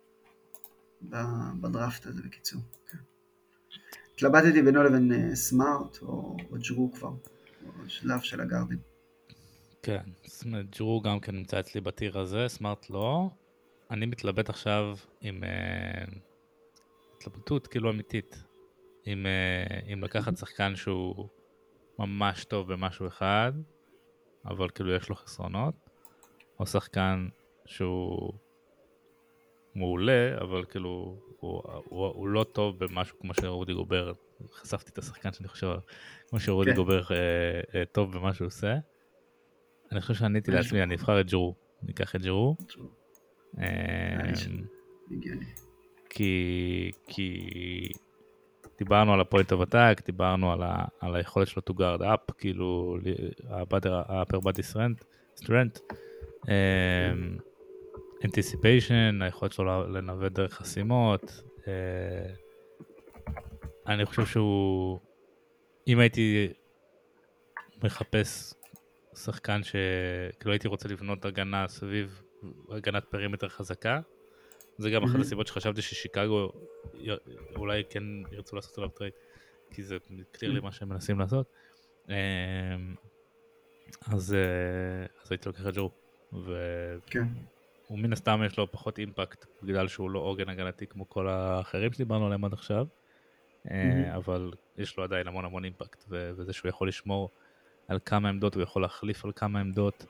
בדראפט הזה בקיצור. התלבטתי בינו לבין סמארט או, או ג'רו כבר, או שלב של הגארדים. כן, ג'רו גם כן נמצא אצלי בטיר הזה, סמארט לא. אני מתלבט עכשיו עם uh, התלבטות כאילו אמיתית, עם, uh, עם לקחת שחקן שהוא ממש טוב במשהו אחד, אבל כאילו יש לו חסרונות, או שחקן שהוא מעולה, אבל כאילו הוא, הוא, הוא לא טוב במשהו כמו שרודי גובר, חשפתי את השחקן שאני חושב, כמו שרודי כן. גובר uh, uh, טוב במה שהוא עושה. אני חושב שעניתי יש לו. לעצמי, אני אבחר את ג'רו, אני אקח את ג'רו. נראה לי שזה אמ, הגיוני. כי, כי דיברנו על הפוינט אוף אטאק, דיברנו על, ה, על היכולת שלו to guard up, כאילו, ה-upper body strength, strength, אמ, anticipation, היכולת שלו לנווט דרך חסימות. אה, אני חושב שהוא, אם הייתי מחפש שחקן שכאילו הייתי רוצה לבנות הגנה סביב הגנת פרימטר חזקה, זה גם אחת הסיבות שחשבתי ששיקגו אולי כן ירצו לעשות עליו טרייד, כי זה קליר לי מה שהם מנסים לעשות. אז אז הייתי לוקח את ג'ו, והוא מן הסתם יש לו פחות אימפקט בגלל שהוא לא עוגן הגנתי כמו כל האחרים שדיברנו עליהם עד עכשיו, אבל יש לו עדיין המון המון אימפקט, וזה שהוא יכול לשמור על כמה עמדות, הוא יכול להחליף על כמה עמדות,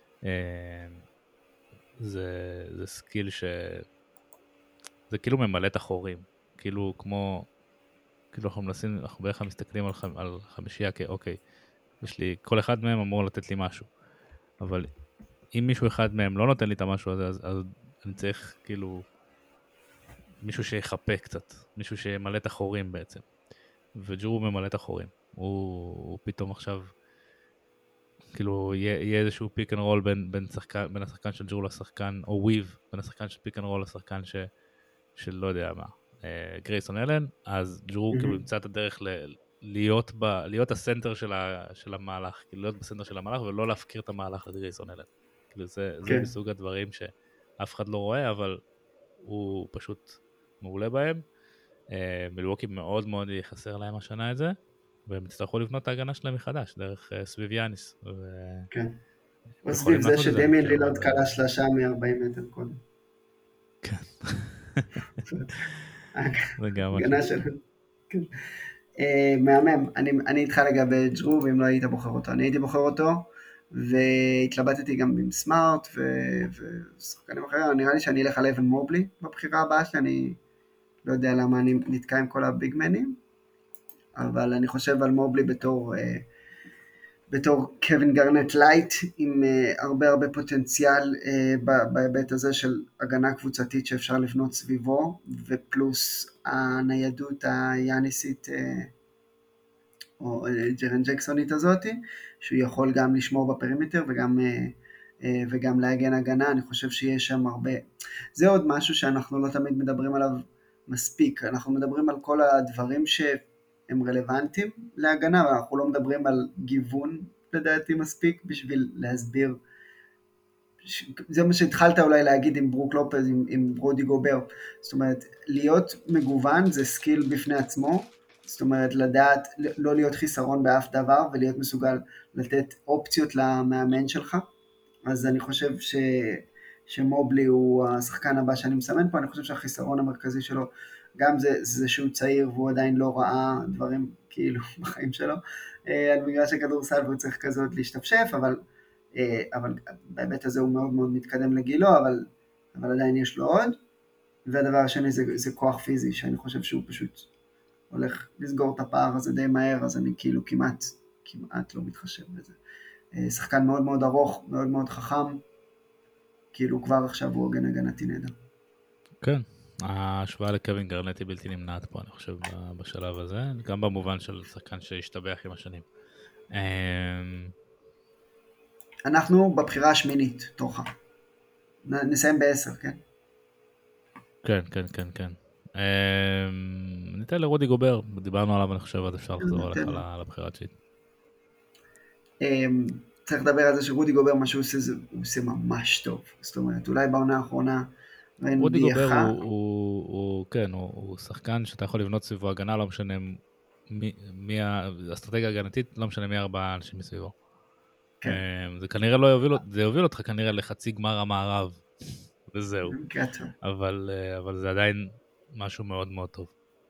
זה זה סקיל ש זה כאילו ממלא את החורים, כאילו כמו, כאילו אנחנו מנסים, אנחנו בערך מסתכלים על, ח, על חמישייה, כאוקיי, יש לי, כל אחד מהם אמור לתת לי משהו, אבל אם מישהו אחד מהם לא נותן לי את המשהו הזה, אז, אז אני צריך כאילו, מישהו שיחפה קצת, מישהו שימלא את החורים בעצם, וג'רו ממלא את החורים, הוא, הוא פתאום עכשיו, כאילו יהיה, יהיה איזשהו פיק אנד רול בין, בין, שחקן, בין השחקן של ג'רו לשחקן, או וויב, בין השחקן של פיק אנד רול לשחקן ש, של לא יודע מה, גרייסון אלן, אז ג'רו כאילו ימצא את הדרך ל- להיות, ב, להיות הסנטר של, ה, של המהלך, כאילו להיות בסנטר של המהלך ולא להפקיר את המהלך לגרייסון אלן. כאילו זה, זה מסוג הדברים שאף אחד לא רואה, אבל הוא פשוט מעולה בהם. מילווקי מאוד מאוד יחסר להם השנה את זה, והם יצטרכו לבנות את ההגנה שלהם מחדש, דרך סביב יאניס. כן. או סביב זה שדמיין לילארד קלה שלושה מ-ארבעים מטר קודם. כן. הגנה שלנו. מהמם, אני איתך לגבי ג'רו, ואם לא היית בוחר אותו, אני הייתי בוחר אותו, והתלבטתי גם עם סמארט ושחקנים אחרים, נראה לי שאני אלך על אבן מובלי בבחירה הבאה שלי, אני לא יודע למה אני נתקע עם כל הביגמנים, אבל אני חושב על מובלי בתור בתור קווין גרנט לייט, עם uh, הרבה הרבה פוטנציאל uh, בהיבט הזה של הגנה קבוצתית שאפשר לבנות סביבו, ופלוס הניידות היאניסית, uh, או uh, ג'רן ג'קסונית הזאת, שהוא יכול גם לשמור בפרימטר, וגם, uh, uh, וגם להגן הגנה. אני חושב שיש שם הרבה, זה עוד משהו שאנחנו לא תמיד מדברים עליו מספיק, אנחנו מדברים על כל הדברים ש... הם רלוונטיים להגנה, אבל אנחנו לא מדברים על גיוון לדעתי מספיק בשביל להסביר, זה מה שהתחלת אולי להגיד עם ברוק לופז, עם, עם רודי גובר, זאת אומרת, להיות מגוון זה סקיל בפני עצמו, זאת אומרת, לדעת, לא להיות חיסרון באף דבר, ולהיות מסוגל לתת אופציות למאמן שלך, אז אני חושב ש... שמובלי הוא השחקן הבא שאני מסמן פה, אני חושב שהחיסרון המרכזי שלו, גם זה, זה שהוא צעיר והוא עדיין לא ראה דברים כאילו בחיים שלו, על מגרש הכדורסל והוא צריך כזאת להשתפשף, אבל, אבל בהיבט הזה הוא מאוד מאוד מתקדם לגילו, אבל, אבל עדיין יש לו עוד, והדבר השני זה, זה כוח פיזי, שאני חושב שהוא פשוט הולך לסגור את הפער הזה די מהר, אז אני כאילו כמעט, כמעט לא מתחשב בזה. שחקן מאוד מאוד ארוך, מאוד מאוד חכם, כאילו כבר עכשיו הוא עוגן הגנתי נהדר. כן. ההשוואה לקווין גרנט היא בלתי נמנעת פה, אני חושב, בשלב הזה, גם במובן של שחקן שהשתבח עם השנים. אנחנו בבחירה השמינית, תורך. נסיים בעשר, כן? כן, כן, כן, כן. ניתן לרודי גובר, דיברנו עליו, אני חושב, עד אפשר לחזור עליך לבחירה התשיעית. צריך לדבר על זה שרודי גובר, מה שהוא עושה, הוא עושה ממש טוב. זאת אומרת, אולי בעונה האחרונה, רודי גובר הוא, הוא, הוא, כן, הוא, הוא שחקן שאתה יכול לבנות סביבו הגנה, לא משנה מי, מי האסטרטגיה הגנתית, לא משנה מי ארבעה אנשים מסביבו. כן. זה כנראה לא יוביל, זה יוביל אותך כנראה לחצי גמר המערב, וזהו. במקרה טוב. אבל, אבל זה עדיין משהו מאוד מאוד טוב.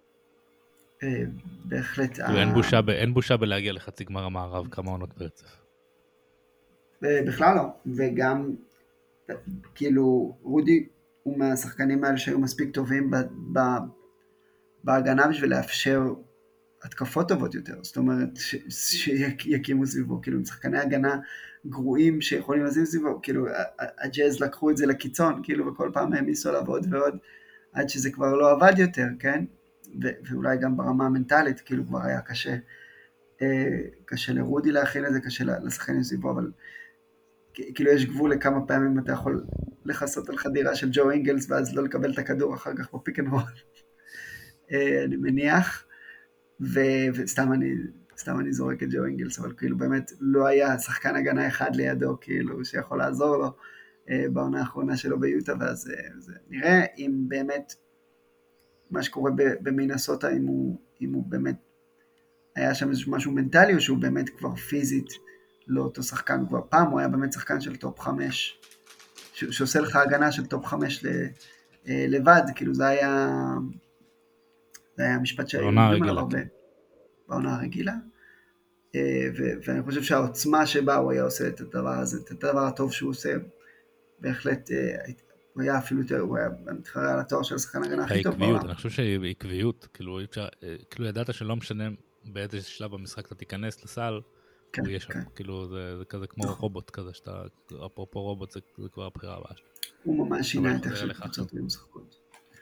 בהחלט. כאילו אין בושה, ב, אין בושה בלהגיע לחצי גמר המערב כמה עונות ברצף. בכלל לא, וגם כאילו רודי הוא מהשחקנים האלה שהיו מספיק טובים ב, ב, בהגנה בשביל לאפשר התקפות טובות יותר, זאת אומרת שיקימו סביבו, כאילו שחקני הגנה גרועים שיכולים לשים סביבו, כאילו הג'אז לקחו את זה לקיצון, כאילו וכל פעם הם ניסו לעבוד ועוד, עד שזה כבר לא עבד יותר, כן? ו- ואולי גם ברמה המנטלית, כאילו כבר היה קשה, אה, קשה לרודי להכין את זה, קשה לשחקנים סביבו, אבל כאילו יש גבול לכמה פעמים אתה יכול לחסות על חדירה של ג'ו אינגלס, ואז לא לקבל את הכדור אחר כך בפיק אנד רול, אה, אני מניח, ו- וסתם אני, סתם אני זורק את ג'ו אינגלס, אבל כאילו באמת לא היה שחקן הגנה אחד לידו, כאילו שיכול לעזור לו, אה, בעונה האחרונה שלו ביוטה, ואז אה, זה נראה אם באמת, מה שקורה במינסוטה, אם הוא, אם הוא באמת, היה שם איזשהו משהו מנטלי, או שהוא באמת כבר פיזית, לא אותו שחקן כבר, פעם הוא היה באמת שחקן של טופ חמש, ש- שעושה לך הגנה של טופ חמש ל- לבד, כאילו זה היה, זה היה משפט שהיו אומרים עליו הרבה, בעונה הרגילה, ו- ואני חושב שהעוצמה שבה הוא היה עושה את הדבר הזה, את הדבר הטוב שהוא עושה, בהחלט, הוא היה אפילו יותר, הוא היה מתחרה על התואר של השחקן הגנה הכי טוב בעולם. אני חושב שעקביות, כאילו, כאילו ידעת שלא משנה באיזה שלב במשחק אתה תיכנס לסל, הוא יהיה שם, כאילו זה כזה כמו רובוט כזה, שאתה, אפרופו רובוט, זה כבר הבחירה הבאה. הוא ממש שינה את איך שקבוצות משחקות.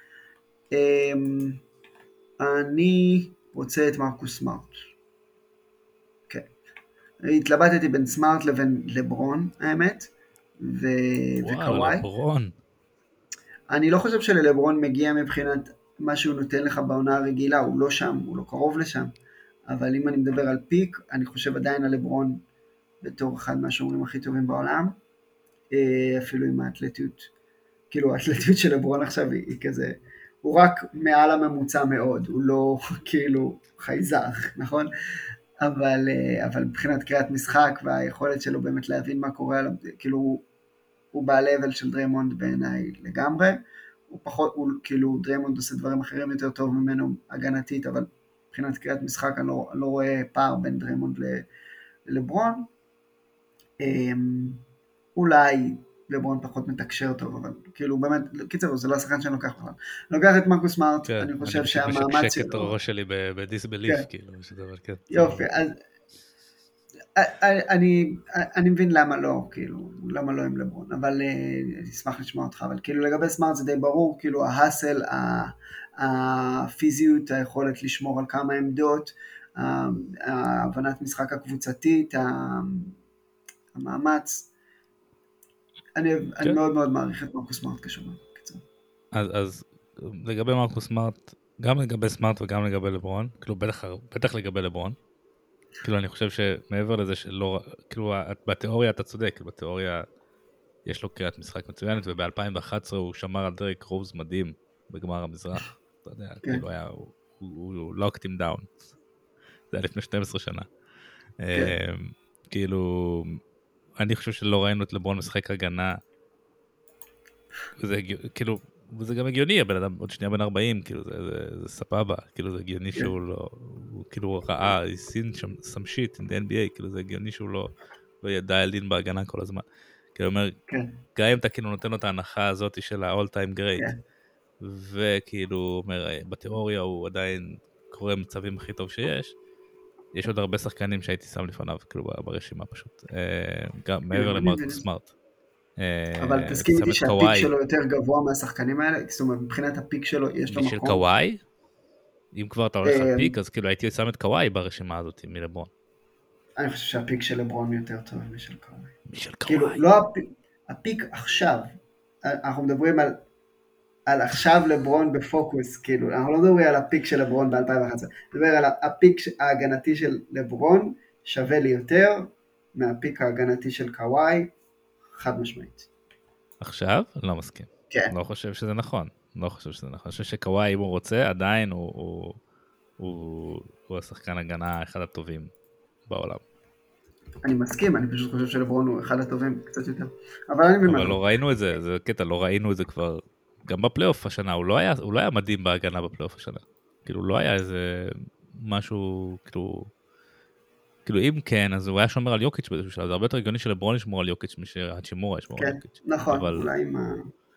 אני רוצה את מרקוס סמארט. כן. התלבטתי בין סמארט לבין לברון, האמת, וקוואי. וואו, לברון. אני לא חושב שללברון מגיע מבחינת מה שהוא נותן לך בעונה הרגילה, הוא לא שם, הוא לא קרוב לשם, אבל אם אני מדבר על פיק, אני חושב עדיין על לברון בתור אחד מהשומרים הכי טובים בעולם, אפילו עם האתלטיות, כאילו האתלטיות של לברון עכשיו היא, היא כזה, הוא רק מעל הממוצע מאוד, הוא לא כאילו חייזר, נכון? אבל, אבל מבחינת קריאת משחק והיכולת שלו באמת להבין מה קורה, כאילו הוא בעל-לבל של דריימונד בעיניי לגמרי, הוא פחות, הוא, כאילו דריימונד עושה דברים אחרים יותר טוב ממנו הגנתית, אבל מבחינת קריאת משחק אני לא, אני לא רואה פער בין דריימונד ללברון, אולי לברון פחות מתקשר טוב, אבל כאילו באמת, קיצר, זה לא השחקן שאני לוקח בכלל. אני לוקח את מרקוס סמארט, כן, אני חושב שהמאמץ שלו... אני משקשק את הראש שלי בדיסבליף, כן. כאילו, שזה אבל כן. יופי, אז אני, אני מבין למה לא, כאילו, למה לא עם לברון, אבל אני אשמח לשמוע אותך, אבל כאילו לגבי סמארט זה די ברור, כאילו ההסל, הפיזיות, היכולת לשמור על כמה עמדות, ההבנת משחק הקבוצתית, המאמץ, אני, כן. אני מאוד מאוד מעריך את מרקוס סמארט כשומר. אז, אז לגבי מרקוס סמארט, גם לגבי סמארט וגם לגבי לברון, כאילו בטח, בטח לגבי לברון, כאילו אני חושב שמעבר לזה שלא, כאילו בתיאוריה אתה צודק, בתיאוריה יש לו קריאת משחק מצוינת, וב-אלפיים ואחת עשרה הוא שמר על דריק רוז מדהים בגמר המזרח, אתה יודע, כן. כאילו היה, הוא, הוא, הוא locked him down, זה היה לפני שתים עשרה שנה. כן. כאילו, אני חושב שלא ראינו את לברון משחק הגנה, וזה כאילו, וזה גם הגיוני, הבן אדם עוד שנייה בן ארבעים, כאילו זה, זה, זה סבבה, כאילו זה הגיוני yeah. שהוא לא, הוא כאילו ראה, he seen some shit in the אן בי איי, כאילו זה הגיוני שהוא לא, לא ידע אלין בהגנה כל הזמן. כאילו אומר, כן. גם אם אתה כאילו נותן לו את ההנחה הזאת של ה-all time great, כן. וכאילו אומר, בתיאוריה הוא עדיין קורא מצבים הכי טוב שיש, יש עוד הרבה שחקנים שהייתי שם לפניו, כאילו ברשימה פשוט, גם מעבר למרקוס סמארט. אבל תסכים איתי שהפיק שלו יותר גבוה מהשחקנים האלה, זאת אומרת, מבחינת הפיק שלו יש לו מקום. בשביל קוואי? אם כבר אתה הולך על פיק, אז כאילו הייתי שם את קוואי ברשימה הזאת מלברון. אני חושב שהפיק של לברון יותר טוב משל קוואי. משל קוואי. כאילו, לא הפיק עכשיו, אנחנו מדברים על על עכשיו לברון בפוקוס, כאילו, אנחנו לא מדברים על הפיק של לברון ב-אלפיים ואחת עשרה, מדבר על הפיק ההגנתי של לברון, שווה לי יותר מהפיק ההגנתי של קוואי, חד משמעית. עכשיו? לא מסכים. כן. לא חושב שזה נכון. לא חושב שזה נכון. אני חושב שקוואי, אם הוא רוצה, עדיין הוא, הוא, הוא, הוא השחקן הגנה אחד הטובים בעולם. אני מסכים, אני פשוט חושב שלברון הוא אחד הטובים קצת יותר. אבל אני מבין מה אבל אתה לא אומר. ראינו את זה, זה קטע, לא ראינו את זה כבר, גם בפלייאוף השנה, הוא לא היה, הוא לא היה מדהים בהגנה בפלייאוף השנה. כאילו, לא היה איזה משהו, כאילו, כאילו אם כן, אז הוא היה שומר על יוקיץ' באיזשהו שלב, זה הרבה יותר הגיוני שלברון ישמור על יוקיץ' משהצ'ימורה ישמור על כן, יוקיץ'. נכון, אבל... אולי עם ה...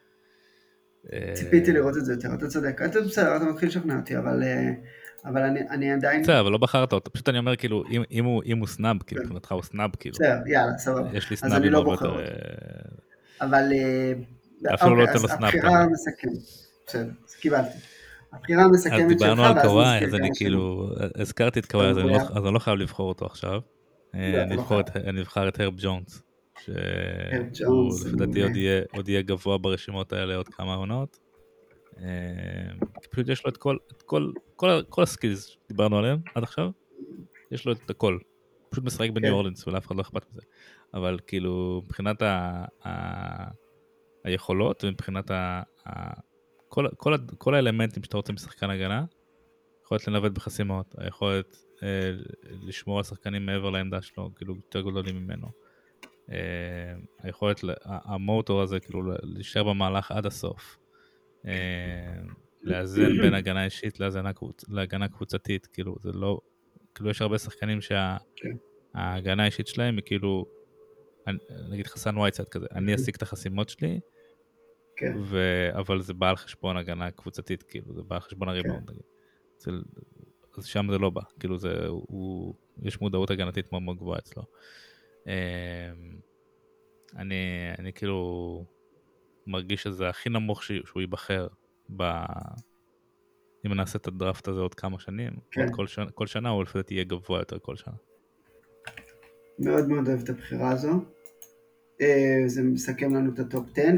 ציפיתי אה, לראות את זה יותר, אתה צודק. אתה בסדר, אתה מתחיל לשכנע אותי, אבל, אה, אבל אני, אני עדיין... בסדר, אבל לא בחרת אותו, פשוט אני אומר, כאילו, אם, אם הוא, אם הוא סנאב, כאילו, כן, מבחינתך הוא סנאב, כאילו, בסדר, יאללה, סבבה. יש לי אז אני סנאבים לא הרבה בוחר יותר... אותו. אה, אבל, אה, אפילו לא אוקיי, נותן לו אז סנאב גם. הבחירה המסכמת. בסדר, אז קיבלתי. הבחירה אז המסכמת שלך, דיברנו על ואז קוואי, נזכיר אז אני כמה שמות. כאילו, הזכרתי את שאתה קוואי, אז אני לא, מחויב. אז אני לא חייב לבחור אותו עכשיו. לא, אה, אתה אני לא אבחר חייב. את, אני אבחר את הרב ג'ונס, הרב שהוא ג'ונס, לפי דעתי מעולה. עוד יהיה, עוד יהיה גבוה ברשימות האלה עוד כמה עונות. אה, כי פשוט יש לו את כל, את כל, כל, ה- כל הסקילס שדיברנו עליהם עד עכשיו, יש לו את הכל. פשוט משחק בניו כן, אורלינס ולאף אחד לא אכפת מזה. אבל כאילו, מבחינת ה, ה, היכולות ומבחינת ה, ה, כל, כל, ה- כל האלמנטים שאתה רוצה משחקן הגנה, היכולת לנווט בחסימות, היכולת אה, לשמור על שחקנים מעבר לעמדה שלו, כאילו יותר גדולים ממנו. אה, היכולת, ל- ה- המוטור הזה, כאילו להישאר במהלך עד הסוף. אה, לאזן בין הגנה אישית להגנה, קבוצ... להגנה קבוצתית, כאילו זה לא, כאילו יש הרבה שחקנים כן, שההגנה האישית שלהם היא כאילו, אני- נגיד חסן וייצד כזה, אני אשיג את החסימות שלי, כן, ו... אבל זה בא על חשבון הגנה קבוצתית, כאילו זה בא על חשבון כן. הריבאונד, נגיד. זה, אז שם זה לא בא, כאילו זה, הוא, יש מודעות הגנתית מאוד מאוד גבוהה אצלו. אמ, אני, אני כאילו מרגיש שזה הכי נמוך ש- שהוא ייבחר, ב... אם נעשה את הדראפט הזה עוד כמה שנים, עוד כן. כל שנה, כל שנה הוא לפי דעתי יהיה גבוה יותר כל שנה. מאוד מאוד אוהב את הבחירה הזו. אה, זה מסכם לנו את הטופ עשר.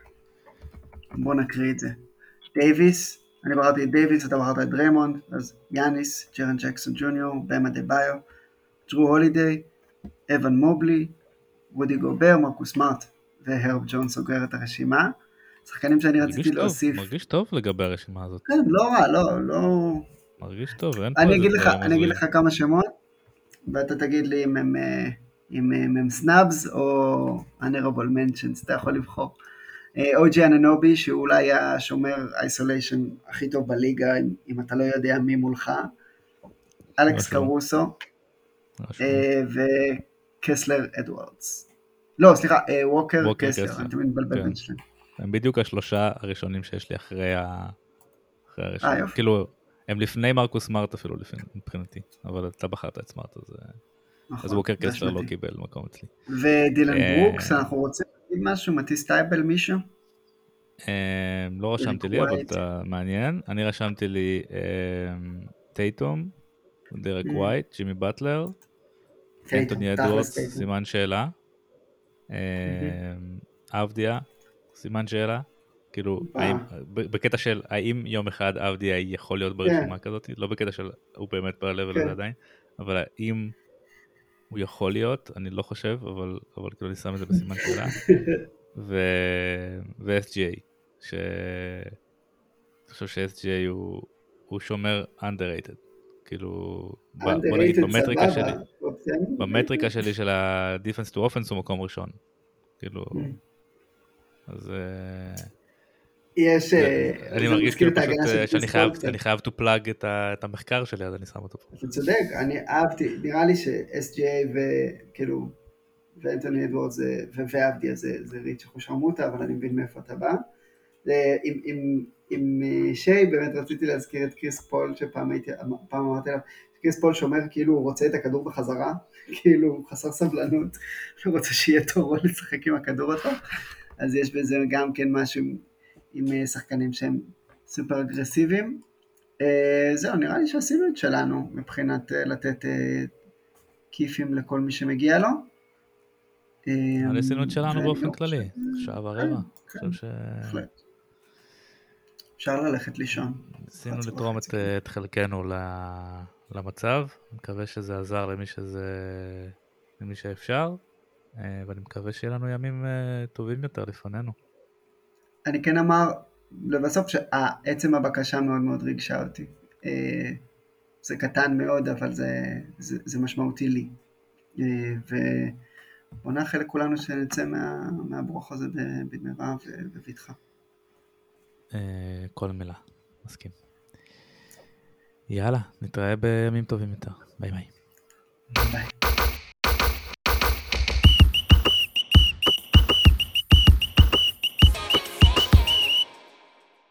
בואו נקריא את זה. דייביס, אני בחרתי את דייביס, אתה בחרת את דריימונד, אז יאניס, ג'רן ג'קסון ג'וניור, במה דה ביו, ג'רו הולידיי, אבן מובלי, וודי גובר, מרקוס מארט והרב ג'ון סוגר את הרשימה. שחקנים שאני מרגיש רציתי טוב, להוסיף. מרגיש טוב לגבי הרשימה הזאת. כן, לא רע, לא, לא... מרגיש טוב, אין פה אני איזה אגיד לך, דברים אני אגיד הזויים. לך כמה שמות, ואתה תגיד לי אם הם, אה, אם הם, הם סנאבס או honorable mentions, אתה יכול לבחור. או-ג'י אננובי, שהוא אולי השומר איסוליישן הכי טוב בליגה, אם, אם אתה לא יודע מי מולך, לא אלכס שהוא, קרוסו, לא שהוא. אה, וקסלר אדוארדס. לא, סליחה, אה, ווקר ווקר קסלר, קסלר, אני תמיד מבלבל כן. בין שלהם. הם בדיוק השלושה הראשונים שיש לי אחרי, ה... אחרי אה, הרשימה. יופי. כאילו, הם לפני מרקוס סמארט אפילו, לפני, מבחינתי. אבל אתה בחרת את סמארט, אז, אז נכון, ווקר זה קסלר לא אשמתי. קיבל מקום אצלי. ודילן ברוקס, אה, אנחנו רוצים להגיד משהו, מטיס טייבל מישהו? אה, לא רשמתי אריק לי, אבל ווייט. אתה מעניין. אני רשמתי לי אה, טייטום, דרק Mm, ווייט, ג'ימי באטלר, טייטום, אנטוני תכלס אדוארדס, טייטום. סימן שאלה. מהמם. אבדיה, סימן שאלה, כאילו, האם, הופה. בקטע של האם יום אחד אבדיה יכול להיות כן, ברשימה כזאת, לא בקטע של הוא באמת ב-level הזה כן. עדיין, אבל האם הוא יכול להיות, אני לא חושב, אבל, אבל כאילו אני שם את זה בסימן שאלה, ו... ו-אס ג'י איי, ש... אני חושב ש-אס ג'י איי הוא, הוא שומר underrated, כאילו, ב... בוא נגיד underrated במטריקה סבבה. שלי, במטריקה שלי של ה-defense to offense הוא מקום ראשון, כאילו, אז אה, יש, זה, אה, אני זה מרגיש מזכיר כאילו את פשוט ההגנה של אה, שאני קריס חייב, פול קצת. אני חייב to plug את, ה, את המחקר שלי, אז אני שם אותו פה. אתה צודק, אני אהבתי, נראה לי ש-אס ג'י איי וכאילו, ואנטוני אדוורדס ואבדיה זה, זה ריץ' אחושרמוטה, אבל אני מבין מאיפה אתה בא. אה, עם, עם, עם אה, שי, באמת רציתי להזכיר את קריס פול, שפעם הייתי, פעם אמרתי לה, קריס פול שומר כאילו הוא רוצה את הכדור בחזרה, כאילו הוא חסר סבלנות, הוא רוצה שיהיה תורו לשחק עם הכדור אותו, אז יש בזה גם כן משהו עם, עם אה, שחקנים שהם סופר אגרסיביים. אה, זהו, נראה לי שעשינו את שלנו מבחינת אה, לתת אה, כיפים לכל מי שמגיע לו. אה, אבל עשינו את שלנו ואני באופן גם חושב, כללי, שעה כן, ורבע. אני כן, חושב ש... בהחלט. אפשר ללכת לישון. ניסינו אחת עשרה לתרום וחצי. את, אה, את חלקנו ל... למצב, אני מקווה שזה עזר למי שזה... למי שאפשר, אה, ואני מקווה שיהיה לנו ימים אה, טובים יותר לפנינו. אני כן אמר לבסוף שעצם הבקשה מאוד מאוד ריגשה אותי. אה, זה קטן מאוד, אבל זה, זה, זה משמעותי לי. ובוא נאחל לכולנו שנצא מה, מהברוך הזה במהרה ובבטחה. כל מילה, מסכים. יאללה, נתראה בימים טובים יותר. ביי ביי. ביי.